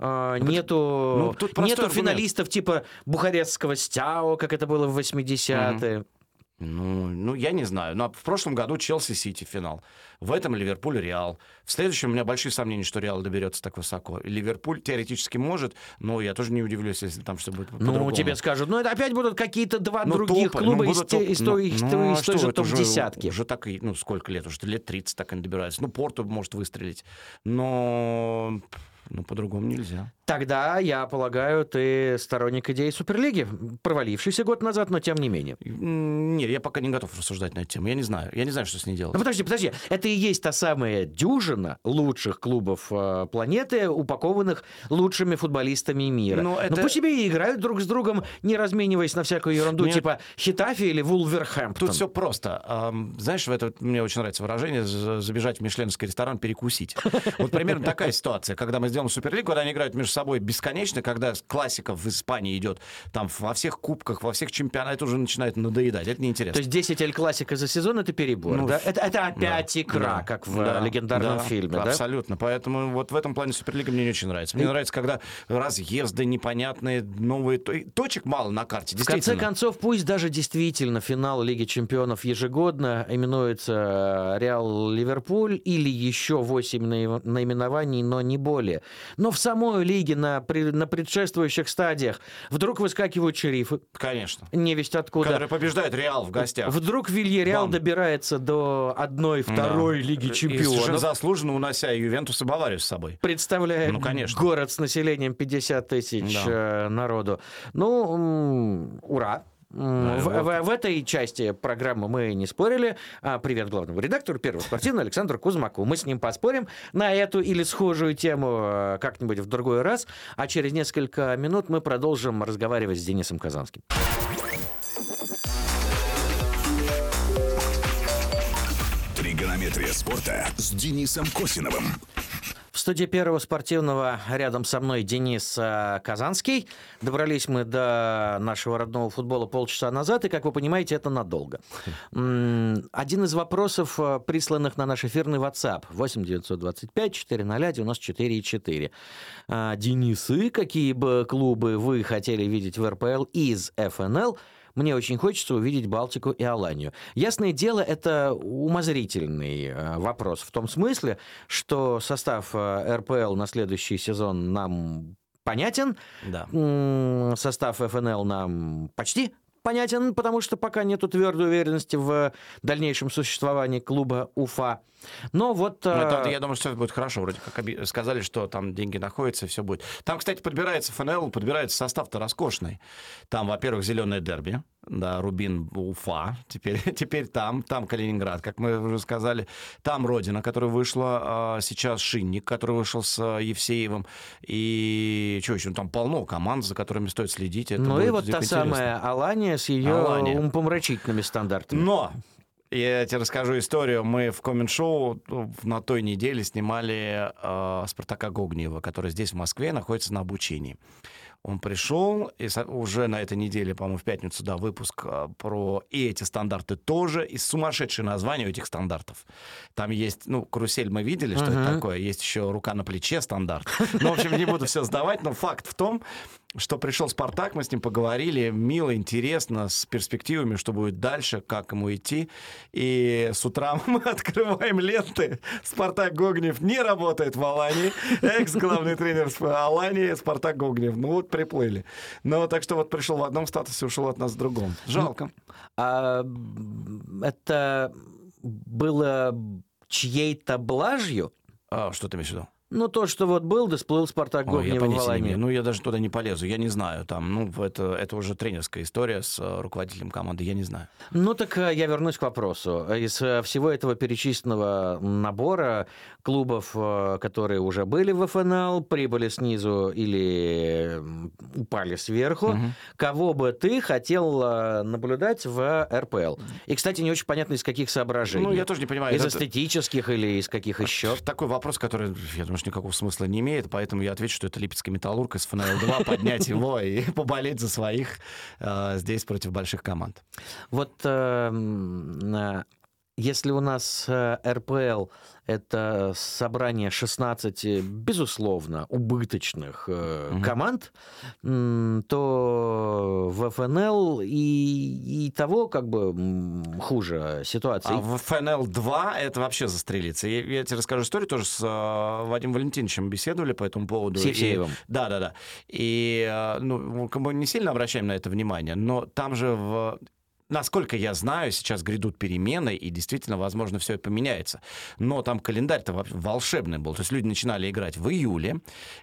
нету финалистов типа бухарестского Стяо, как это было в 80-е. Ну, я не знаю. Но в прошлом году Челси-Сити финал. В этом Ливерпуль-Реал. В следующем у меня большие сомнения, что Реал доберется так высоко. Ливерпуль теоретически может, но я тоже не удивлюсь, если там что будет по-другому. Ну, тебе скажут, это опять будут какие-то два Ну, других топы, клуба будут из той же это топ-десятки. Уже так и, сколько лет? Уже лет 30 так они добираются. Порту может выстрелить. Но по-другому нельзя. Тогда, я полагаю, ты сторонник идеи Суперлиги, провалившийся год назад, но тем не менее. Нет, я пока не готов рассуждать на эту тему. Я не знаю, что с ней делать. Ну, подожди. Это и есть та самая дюжина лучших клубов планеты, упакованных лучшими футболистами мира. Но пусть себе и играют друг с другом, не размениваясь на всякую ерунду, типа Хетафи или Вулверхэмптон. Тут все просто. Знаешь, мне очень нравится выражение «забежать в мишленовский ресторан, перекусить». Вот примерно такая ситуация, когда мы сделаем Суперлигу, когда они играют между собой бесконечно, когда классика в Испании идет там во всех кубках, во всех чемпионатах, это уже начинает надоедать. Это неинтересно. То есть 10 Эль-Классика за сезон — это перебор, да? Это опять игра, как в легендарном фильме, да? Абсолютно. Поэтому вот в этом плане Суперлига мне не очень нравится. Мне нравится, когда разъезды непонятные, новые... Точек мало на карте, действительно. В конце концов, пусть даже действительно финал Лиги чемпионов ежегодно именуется Реал-Ливерпуль или еще 8 наименований, но не более. Но в самой лиге на предшествующих стадиях вдруг выскакивают шерифы. Конечно. Невесть откуда. Которые побеждают Реал в гостях. Вдруг Вильяреал добирается до 1-2 Лиги чемпионов. И совершенно заслуженно унося Ювентус и Баварию с собой. Представляет город с населением 50 тысяч народу. Ура! В этой части программы мы не спорили. Привет главному редактору Первого спортивного Александру Кузмаку. Мы с ним поспорим на эту или схожую тему как-нибудь в другой раз. А через несколько минут мы продолжим разговаривать с Денисом Казанским. Тригонометрия спорта с Денисом Косиновым. В студии Первого спортивного рядом со мной Денис Казанский. Добрались мы до нашего родного футбола полчаса назад, и, как вы понимаете, это надолго. Один из вопросов, присланных на наш эфирный WhatsApp 8-925-400-94-4. Денисы, какие бы клубы вы хотели видеть в РПЛ из ФНЛ? Мне очень хочется увидеть Балтику и Аланию. Ясное дело, это умозрительный вопрос в том смысле, что состав РПЛ на следующий сезон нам понятен, состав ФНЛ нам почти понятен, потому что пока нету твердой уверенности в дальнейшем существовании клуба Уфа. Но вот... Я думаю, что это будет хорошо. Вроде как сказали, что там деньги находятся, и все будет. Там, кстати, подбирается ФНЛ, подбирается состав-то роскошный. Там, во-первых, зеленое дерби. Да, Рубин, Уфа. Теперь там Калининград, как мы уже сказали. Там Родина, которая вышла. Сейчас Шинник, который вышел с Евсеевым. И что еще? Там полно команд, за которыми стоит следить. Это и вот та интересно. самая Алания с ее умопомрачительными стандартами. Но... Я тебе расскажу историю. Мы в коммент-шоу на той неделе снимали Спартака Гогниева, который здесь, в Москве, находится на обучении. Он пришел, и уже на этой неделе, по-моему, в пятницу, выпуск про и эти стандарты тоже, и сумасшедшие названия у этих стандартов. Там есть, карусель мы видели, что это такое, есть еще рука на плече стандарт. В общем, не буду все сдавать, но факт в том, что пришел Спартак, мы с ним поговорили, мило, интересно, с перспективами, что будет дальше, как ему идти. И с утра мы открываем ленты. Спартак Гогниев не работает в Алании. Экс-главный тренер Алании Спартак Гогниев. Приплыли. Так что пришел в одном статусе, ушел от нас в другом. Жалко. Это было чьей-то блажью? Что ты имеешь в виду? То, что был, да всплыл Спартак Гогниев в Алании. Я даже туда не полезу, я не знаю. Там, это уже тренерская история с руководителем команды, я не знаю. Так я вернусь к вопросу. Из всего этого перечисленного набора клубов, которые уже были в ФНЛ, прибыли снизу или упали сверху, кого бы ты хотел наблюдать в РПЛ? И, кстати, не очень понятно, из каких соображений. Я тоже не понимаю. Из эстетических или из каких еще? Такой вопрос, который, я думаю, никакого смысла не имеет, поэтому я отвечу, что это Липецкий Металлург из ФНЛ-2, поднять его и поболеть за своих здесь против больших команд. Если у нас РПЛ — это собрание 16, безусловно, убыточных команд, то в ФНЛ и того как бы хуже ситуация. А в ФНЛ-2 это вообще застрелиться. Я тебе расскажу историю, тоже с Вадимом Валентиновичем беседовали по этому поводу. С Евсеевым. Да. И мы не сильно обращаем на это внимание, но там же насколько я знаю, сейчас грядут перемены, и действительно, возможно, все это поменяется. Но там календарь-то волшебный был. То есть люди начинали играть в июле,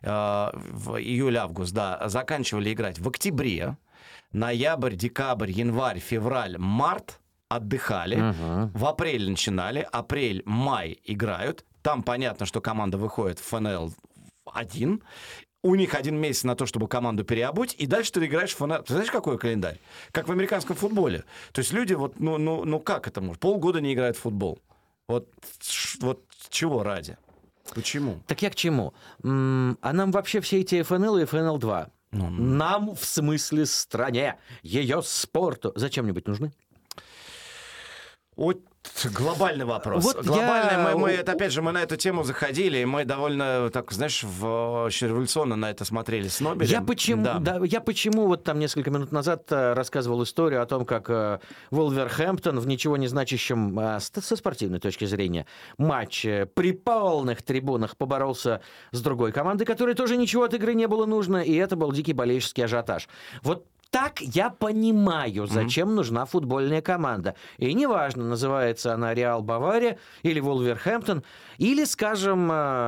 в июль-август, да, заканчивали играть в октябре, ноябрь, декабрь, январь, февраль, март отдыхали, в апреле начинали, апрель-май играют. Там понятно, что команда выходит в ФНЛ-1, у них 1 месяц на то, чтобы команду переобуть, и дальше ты играешь в ФНЛ. Ты знаешь, какой календарь? Как в американском футболе. То есть люди как это может? Полгода не играют в футбол. Вот чего ради? Почему? Так я к чему? А нам вообще все эти ФНЛ и ФНЛ-2, нам, в смысле стране, ее спорту, зачем-нибудь нужны? Вот глобальный вопрос. Вот глобальный, мы опять же, мы на эту тему заходили, и мы довольно, так, знаешь, очень революционно на это смотрели с Нобелем. Я почему вот там несколько минут назад рассказывал историю о том, как Вулверхэмптон в ничего не значащем со спортивной точки зрения матче при полных трибунах поборолся с другой командой, которой тоже ничего от игры не было нужно, и это был дикий болельческий ажиотаж. Вот так я понимаю, зачем нужна футбольная команда. И неважно, называется она Реал Бавария или Вулверхэмптон, или, скажем,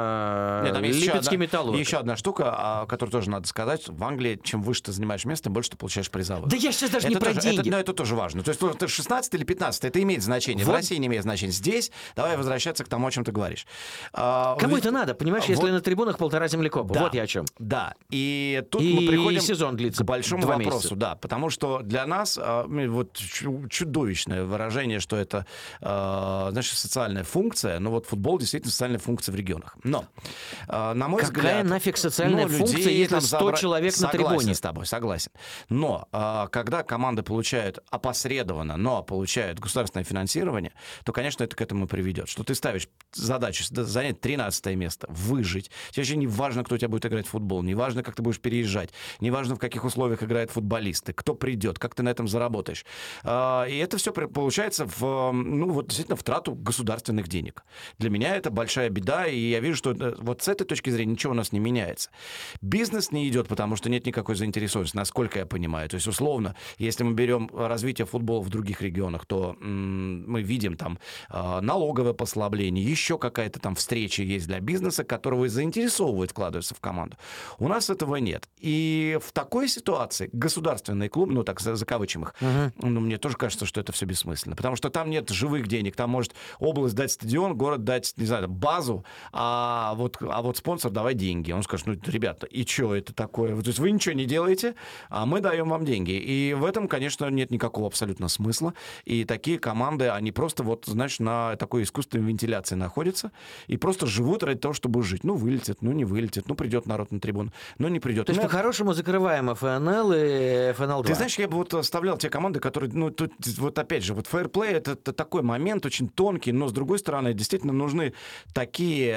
Липецкий Металлург. Еще одна штука, которую тоже надо сказать. В Англии, чем выше ты занимаешь место, тем больше ты получаешь призовых. Да я сейчас даже не про деньги. Но это тоже важно. То есть ты 16 или 15, это имеет значение. Вот. В России не имеет значения. Здесь давай возвращаться к тому, о чем ты говоришь. Кому это надо, понимаешь, если на трибунах 1,5 землекопа? Да, вот я о чем. Да. И тут мы приходим сезон длится к большому 2 вопросу. месяца. Да, потому что для нас вот чудовищное выражение, что это, значит, социальная функция, но вот футбол действительно социальная функция в регионах. Но, на мой взгляд... Какая нафиг социальная функция, если 100 человек на трибуне? Согласен с тобой, согласен. Но когда команды получают опосредованно, но получают государственное финансирование, то, конечно, это к этому приведет. Что ты ставишь задачу занять 13 место, выжить. Тебе вообще не важно, кто у тебя будет играть в футбол, не важно, как ты будешь переезжать, не важно, в каких условиях играют футболисты, кто придет, как ты на этом заработаешь. И это все получается действительно в трату государственных денег. Для меня это большая беда, и я вижу, что вот с этой точки зрения ничего у нас не меняется. Бизнес не идет, потому что нет никакой заинтересованности, насколько я понимаю. То есть, условно, если мы берем развитие футбола в других регионах, то мы видим там налоговое послабление, еще какая-то там встреча есть для бизнеса, которого и заинтересовывает вкладываться в команду. У нас этого нет. И в такой ситуации государственные клубы, так закавычим их, мне тоже кажется, что это все бессмысленно. Потому что там нет живых денег. Там может область дать стадион, город дать, не знаю, базу, а вот спонсор давай деньги. Он скажет, ребята, и что это такое? То есть вы ничего не делаете, а мы даем вам деньги. И в этом, конечно, нет никакого абсолютно смысла. И такие команды, они просто на такой искусственной вентиляции находятся и просто живут ради того, чтобы жить. Вылетит, не вылетит, придет народ на трибуну, не придет. То есть по-хорошему закрываем ФНЛ и ФНЛ-2. Ты знаешь, я бы оставлял те команды, которые, тут опять же, фейерплей — это такой момент очень тонкий, но с другой стороны действительно нужны такие,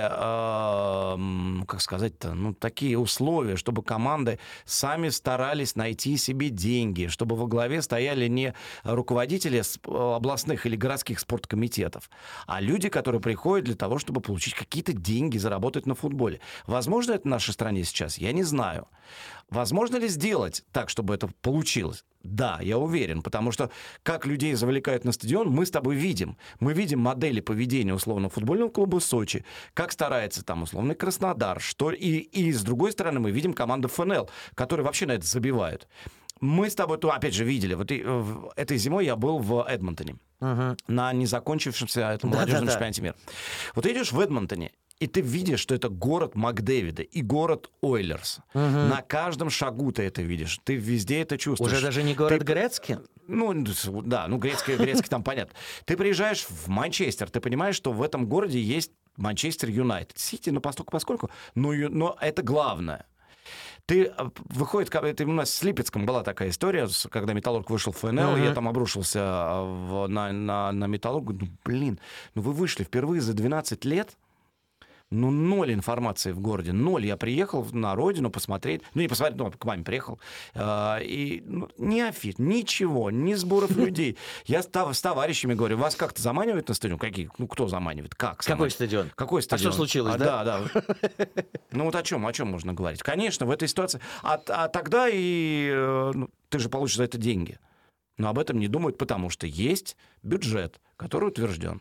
как сказать-то, такие условия, чтобы команды сами старались найти себе деньги, чтобы во главе стояли не руководители областных или городских спорткомитетов, а люди, которые приходят для того, чтобы получить какие-то деньги, заработать на футболе. Возможно, это в нашей стране сейчас? Я не знаю. Возможно ли сделать так, чтобы это получилось? Да, я уверен, потому что как людей завлекают на стадион, мы с тобой видим. Мы видим модели поведения условно футбольного клуба Сочи, как старается там условный Краснодар, и с другой стороны мы видим команду ФНЛ, которые вообще на это забивают. Мы с тобой, опять же, видели, этой зимой я был в Эдмонтоне на незакончившемся молодежном чемпионате мира. Вот ты идешь в Эдмонтоне, и ты видишь, что это город Макдэвида и город Ойлерс. На каждом шагу ты это видишь. Ты везде это чувствуешь. Уже даже не город Грецкий? Грецкий там понятно. Ты приезжаешь в Манчестер, ты понимаешь, что в этом городе есть Манчестер Юнайтед. Сити, поскольку, но это главное. выходит, у нас с Липецком была такая история, когда «Металлург» вышел в ФНЛ, я там обрушился на «Металлург», вы вышли впервые за 12 лет, ноль информации в городе, ноль. Я приехал на родину посмотреть, не посмотреть, к маме приехал, и ни афиш, ничего, ни сборов людей. Я с товарищами говорю, вас как-то заманивают на стадион? Кто заманивает? Как? Какой стадион? Какой стадион? А что случилось, да? Да. О чем можно говорить? Конечно, в этой ситуации. А тогда ты же получишь за это деньги. Но об этом не думают, потому что есть бюджет, который утвержден.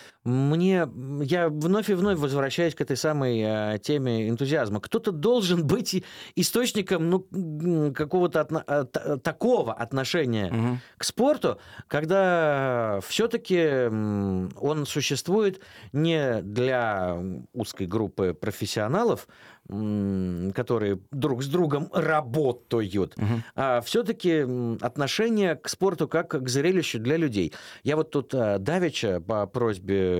Я вновь и вновь возвращаюсь к этой самой теме энтузиазма. Кто-то должен быть источником какого-то такого отношения к спорту, когда все-таки он существует не для узкой группы профессионалов, которые друг с другом работают, а все-таки отношение к спорту как к зрелищу для людей. Я вот тут давеча по просьбе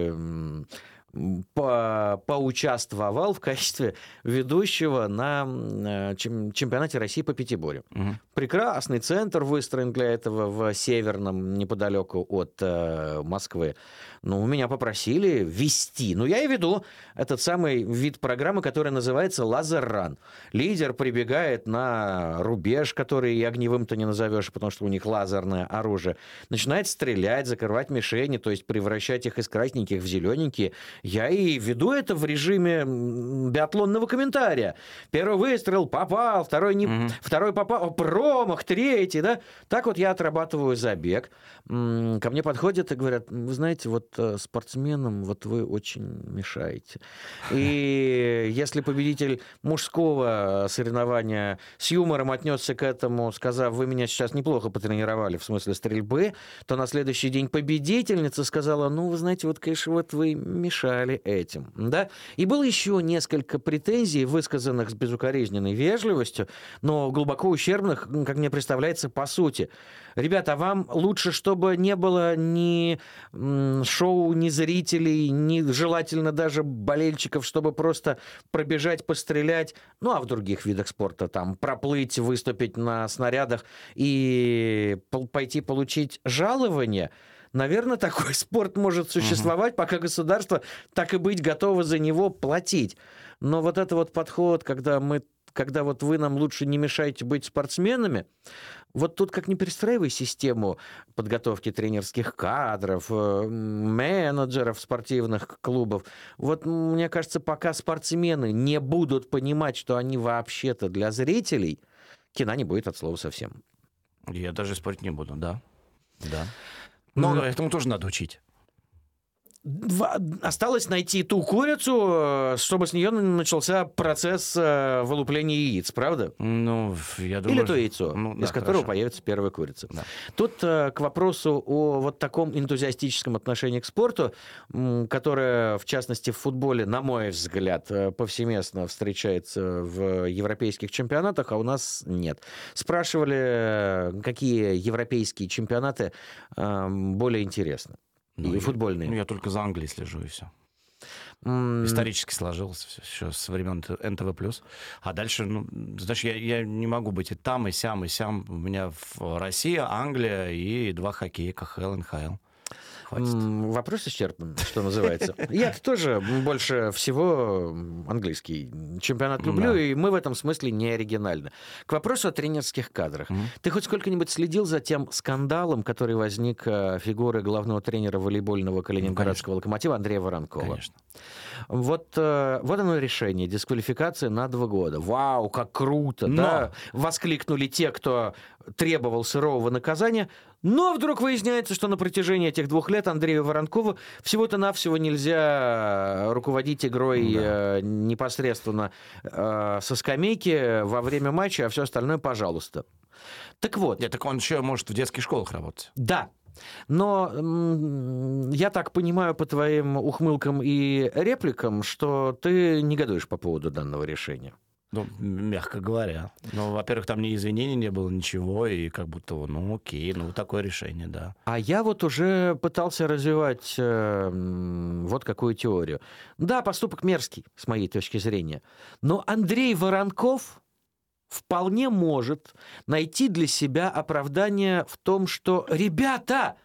поучаствовал в качестве ведущего на чемпионате России по пятиборью. Прекрасный центр выстроен для этого в Северном, неподалеку от Москвы. Меня попросили вести. Я и веду этот самый вид программы, который называется «Лазер-ран». Лидер прибегает на рубеж, который и огневым-то не назовешь, потому что у них лазерное оружие. Начинает стрелять, закрывать мишени, то есть превращать их из красненьких в зелененькие. Я и веду это в режиме биатлонного комментария. Первый выстрел попал, второй попал, промах, третий, да? Так вот я отрабатываю забег. Ко мне подходят и говорят, вы знаете, спортсменам вы очень мешаете. И если победитель мужского соревнования с юмором отнесся к этому, сказав, вы меня сейчас неплохо потренировали в смысле стрельбы, то на следующий день победительница сказала, вы знаете, конечно, вы мешали этим. Да? И было еще несколько претензий, высказанных с безукоризненной вежливостью, но глубоко ущербных, как мне представляется, по сути. Ребята, а вам лучше, чтобы не было ни шоу, ни зрителей, ни желательно даже болельщиков, чтобы просто пробежать, пострелять, а в других видах спорта там проплыть, выступить на снарядах и пойти получить жалование? Наверное, такой спорт может существовать, пока государство, так и быть, готово за него платить. Но этот подход, когда вы нам лучше не мешаете быть спортсменами, тут как не перестраивай систему подготовки тренерских кадров, менеджеров спортивных клубов. Мне кажется, пока спортсмены не будут понимать, что они вообще-то для зрителей, кино не будет от слова совсем. Я даже спорить не буду, да. Но этому тоже надо учить. Осталось найти ту курицу, чтобы с нее начался процесс вылупления яиц, правда? Я думаю... Или то яйцо, из которого появится первая курица. Да. Тут к вопросу о таком энтузиастическом отношении к спорту, которое, в частности, в футболе, на мой взгляд, повсеместно встречается в европейских чемпионатах, а у нас нет. Спрашивали, какие европейские чемпионаты более интересны. И футбольные. Я только за Англией слежу, и все. Исторически сложилось все еще с времен НТВ+. А дальше, знаешь, я не могу быть и там, и сям, и сям. У меня Россия, Англия и 2 хоккея, КХЛ, НХЛ. Вопрос исчерпан, что называется. Я тоже больше всего английский чемпионат люблю, и мы в этом смысле не оригинальны. К вопросу о тренерских кадрах. Ты хоть сколько-нибудь следил за тем скандалом, который возник фигуры главного тренера волейбольного калининградского «Локомотива» Андрея Воронкова? Конечно. Вот оно решение. Дисквалификация на 2 года. Вау, как круто! Да? Воскликнули те, кто требовал сырого наказания. Но вдруг выясняется, что на протяжении этих 2 лет Андрею Воронкову всего-то навсего нельзя руководить игрой непосредственно со скамейки во время матча, а все остальное пожалуйста. Так вот. Нет, так он еще может в детских школах работать. Да. Но я так понимаю по твоим ухмылкам и репликам, что ты негодуешь по поводу данного решения. Мягко говоря. Во-первых, там ни извинений не было, ничего, и как будто, окей, такое решение, да. А я уже пытался развивать какую теорию. Да, поступок мерзкий, с моей точки зрения. Но Андрей Воронков вполне может найти для себя оправдание в том, что, ребята,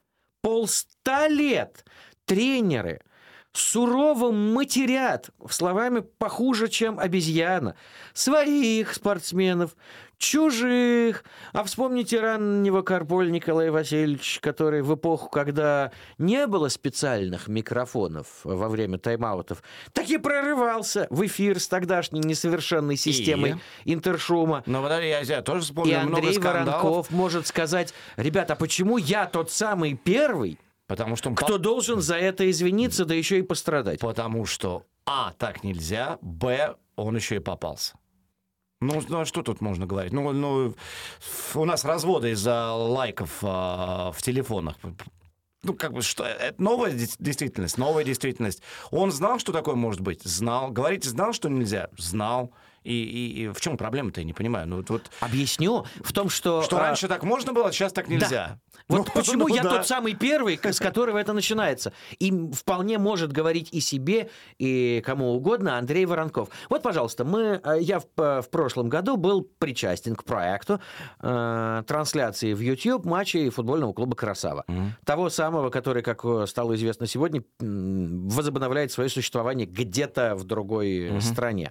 100 лет тренеры сурово матерят, словами похуже, чем обезьяна, своих спортсменов, чужих. А вспомните раннего Карполя Николая Васильевича, который в эпоху, когда не было специальных микрофонов во время тайм-аутов, так и прорывался в эфир с тогдашней несовершенной системой интершума. Ну, подожди, я тоже вспомню И много Андрей скандалов. Воронков может сказать: ребята, а почему я тот самый первый, Потому что он кто должен за это извиниться, да еще и пострадать? Потому что, так нельзя, он еще и попался. Ну, а что тут можно говорить? Ну, у нас разводы из-за лайков в телефонах. Ну, как бы, что это новая действительность. Он знал, что такое может быть? Знал. Говорите, знал, что нельзя? Знал. И в чем проблема-то, я не понимаю. Ну, вот... Объясню. В том, что... Что раньше так можно было, а сейчас так нельзя. Да. Вот почему я тот самый первый, с которого это начинается. И вполне может говорить и себе, и кому угодно Андрей Воронков. Вот, пожалуйста, я в прошлом году был причастен к проекту трансляции в YouTube матчей футбольного клуба «Красава». Того самого, который, как стало известно сегодня, возобновляет свое существование где-то в другой стране.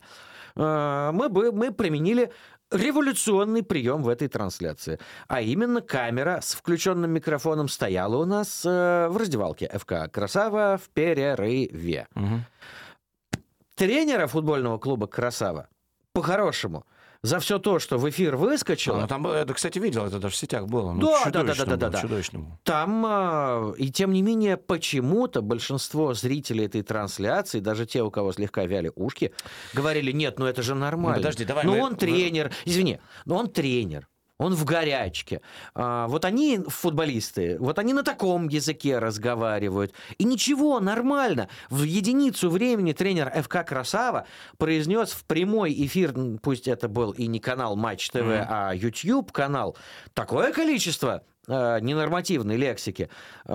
Мы применили революционный прием в этой трансляции. А именно, камера с включенным микрофоном стояла у нас в раздевалке ФК «Красава» в перерыве. Тренера футбольного клуба «Красава» по-хорошему за все то, что в эфир выскочило... Там, это, кстати, видел, это даже в сетях было. Да. Чудовищно было. Там, и тем не менее, почему-то большинство зрителей этой трансляции, даже те, у кого слегка вяли ушки, говорили: нет, ну это же нормально. Подожди, давай. Он тренер. Извини, но он тренер. Он в горячке. Вот они, футболисты, вот они на таком языке разговаривают. И ничего, нормально. В единицу времени тренер ФК «Красава» произнес в прямой эфир, пусть это был и не канал Матч ТВ, а YouTube-канал, такое количество ненормативной лексики,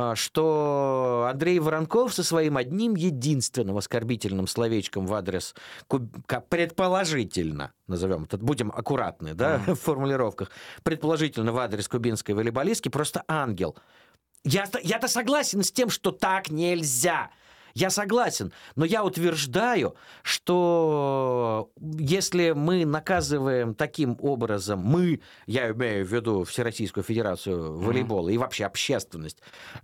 что Андрей Воронков со своим одним единственным оскорбительным словечком в адрес, предположительно, назовем это, будем аккуратны, да, в формулировках, предположительно в адрес кубинской волейболистки, просто ангел. Я-то согласен с тем, что так нельзя. Я согласен, но я утверждаю, что если мы наказываем таким образом, я имею в виду Всероссийскую Федерацию волейбола и вообще общественность,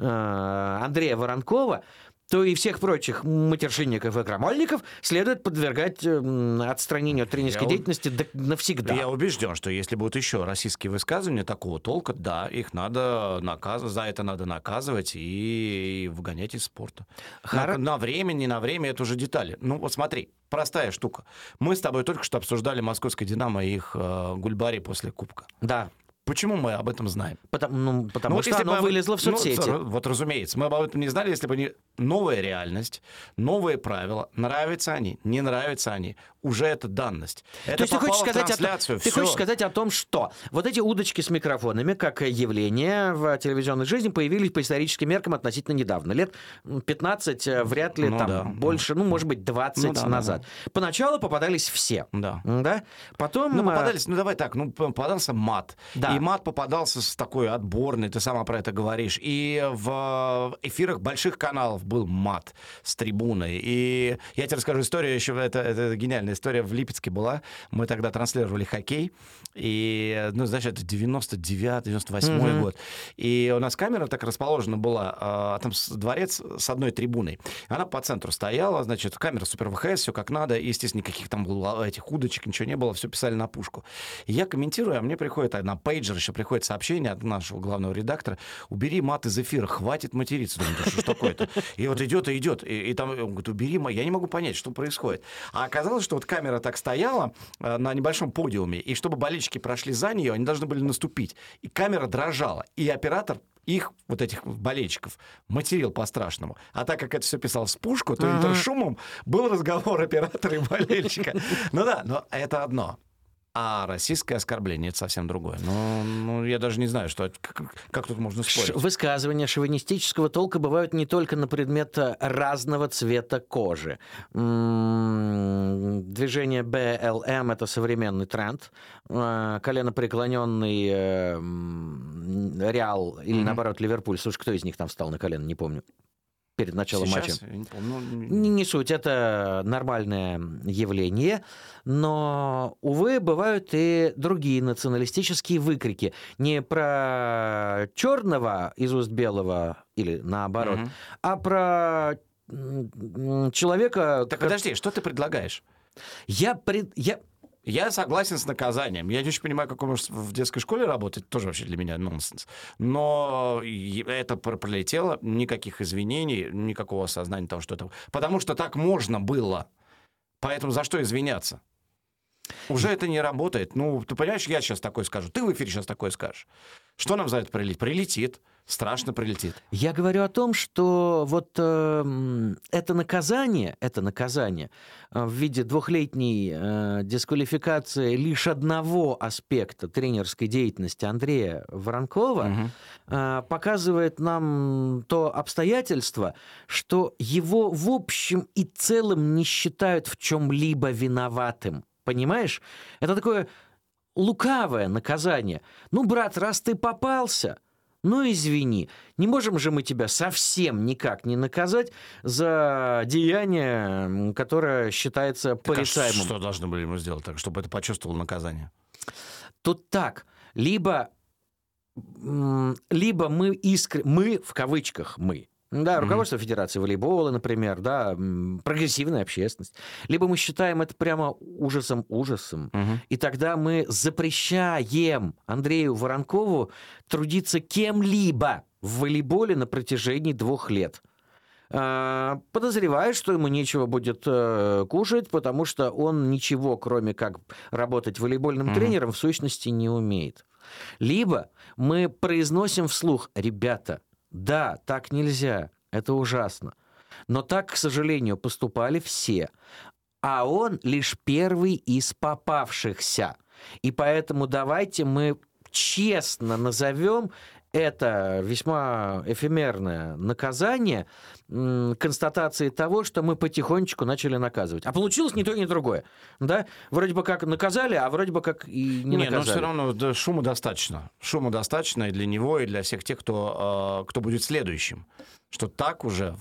Андрея Воронкова, то и всех прочих матершинников и крамольников следует подвергать отстранению от тренерской деятельности навсегда. Я убежден, что если будут еще российские высказывания такого толка, да, их надо наказывать, за это надо наказывать и выгонять из спорта. На время, не на время, это уже детали. Ну вот смотри, простая штука. Мы с тобой только что обсуждали московское «Динамо» и их Гульбари после Кубка. Да. Почему мы об этом знаем? Потому что оно вылезло в соцсети. Вот разумеется. Мы об этом не знали, если бы не новая реальность, новые правила. Нравятся они, не нравятся они. Уже это данность. Это то есть попало в трансляцию. ты хочешь сказать о том, что вот эти удочки с микрофонами, как явление в телевизионной жизни, появились по историческим меркам относительно недавно. Лет 15, вряд ли, больше, может быть, 20 назад. Поначалу попадались все. Да. Потом... попадались, давай так, попадался мат. Да. И мат попадался с такой отборной, ты сама про это говоришь. И в эфирах больших каналов был мат с трибуной. И я тебе расскажу историю еще, это гениальная история в Липецке была. Мы тогда транслировали хоккей. И, знаешь, это 99-98 год. И у нас камера так расположена была, там дворец с одной трибуной. Она по центру стояла, значит, камера супер ВХС, все как надо. И, естественно, никаких там этих удочек, ничего не было, все писали на пушку. И я комментирую, а мне приходит на пейджер еще приходит сообщение от нашего главного редактора: убери мат из эфира, хватит материться. Думаю, что ж такое-то? И вот идет. И там он говорит: убери мат. Я не могу понять, что происходит. А оказалось, что вот камера так стояла на небольшом подиуме, и чтобы болельщики прошли за нее, они должны были наступить. И камера дрожала. И оператор их, вот этих болельщиков, материл по-страшному. А так как это все писал с пушку, то интершумом был разговор оператора и болельщика. Но это одно. А российское оскорбление — это совсем другое. Ну, я даже не знаю, как тут можно спорить. Высказывания шовинистического толка бывают не только на предмет разного цвета кожи. Движение БЛМ — это современный тренд. Коленопреклоненный Реал или, наоборот, Ливерпуль. Слушай, кто из них там встал на колено, не помню. Перед началом Сейчас, матча. я не помню. Не суть, это нормальное явление, но, увы, бывают и другие националистические выкрики. Не про черного из уст белого или наоборот, а про человека... Так подожди, что ты предлагаешь? Я согласен с наказанием. Я не очень понимаю, как он может в детской школе работать. Тоже вообще для меня нонсенс. Но это пролетело. Никаких извинений, никакого осознания того, что это... Потому что так можно было. Поэтому за что извиняться? Уже это не работает. Ну, ты понимаешь, я сейчас такое скажу. Ты в эфире сейчас такое скажешь. Что нам за это прилетит? Прилетит. Страшно прилетит. Я говорю о том, что вот это наказание в виде 2-летней дисквалификации лишь одного аспекта тренерской деятельности Андрея Воронкова показывает нам то обстоятельство, что его в общем и целом не считают в чем-либо виноватым. Понимаешь? Это такое лукавое наказание. Ну, брат, раз ты попался... Ну, извини, не можем же мы тебя совсем никак не наказать за деяние, которое считается порицаемым. Что должны были ему сделать так, чтобы это почувствовал наказание? Тут так, либо мы в кавычках мы, да, руководство Федерации волейбола, например, да, прогрессивная общественность. Либо мы считаем это прямо ужасом, и тогда мы запрещаем Андрею Воронкову трудиться кем-либо в волейболе на протяжении 2 лет. Подозреваю, что ему нечего будет кушать, потому что он ничего, кроме как работать волейбольным тренером, в сущности не умеет. Либо мы произносим вслух: ребята, да, так нельзя, это ужасно. Но так, к сожалению, поступали все. А он лишь первый из попавшихся. И поэтому давайте мы честно назовем это весьма эфемерное наказание констатацией того, что мы потихонечку начали наказывать. А получилось ни то, ни другое. Да? Вроде бы как наказали, а вроде бы как и не наказали. Но все равно шума достаточно. Шума достаточно и для него, и для всех тех, кто будет следующим. Что так уже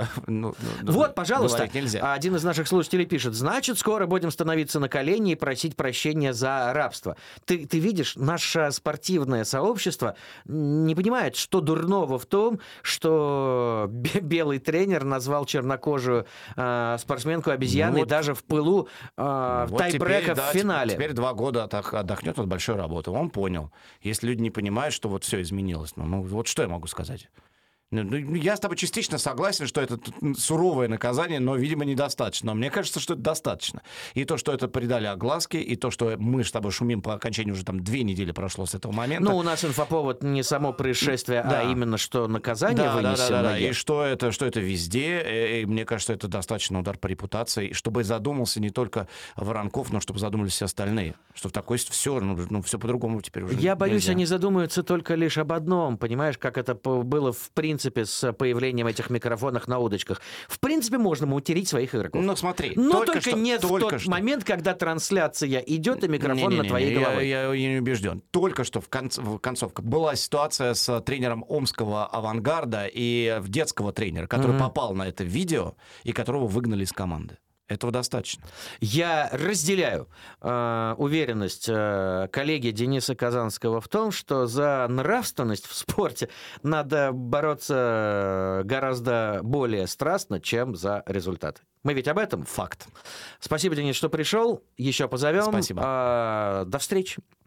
вот, пожалуйста, нельзя. Один из наших слушателей пишет: значит, скоро будем становиться на колени и просить прощения за рабство. Ты видишь, наше спортивное сообщество не понимает, что дурного в том, что белый тренер назвал чернокожую спортсменку обезьяной даже в пылу тайбрека в финале. Теперь 2 года отдохнет от большой работы. Он понял. Если люди не понимают, что вот все изменилось, вот что я могу сказать? Я с тобой частично согласен, что это суровое наказание, но, видимо, недостаточно. Но мне кажется, что это достаточно. И то, что это придали огласке, и то, что мы с тобой шумим по окончании, уже там 2 недели прошло с этого момента. Ну, у нас инфоповод не само происшествие, а именно, что наказание вынесено. Да. И что это везде. И мне кажется, это достаточно удар по репутации. Чтобы задумался не только Воронков, но чтобы задумались все остальные. Что в такой все по-другому теперь уже Я боюсь, нельзя. Они задумаются только лишь об одном. Понимаешь, как это было в принципе с появлением этих микрофонов на удочках. В принципе, можно материть своих игроков. Ну, смотри. Но только не в тот момент, когда трансляция идет, и микрофон на твоей голове. Я не убежден. Только что в концовке была ситуация с тренером омского «Авангарда» и детского тренера, который попал на это видео и которого выгнали из команды. Этого достаточно. Я разделяю уверенность коллеги Дениса Казанского в том, что за нравственность в спорте надо бороться гораздо более страстно, чем за результаты. Мы ведь об этом? Факт. Спасибо, Денис, что пришел. Еще позовем. Спасибо. До встречи.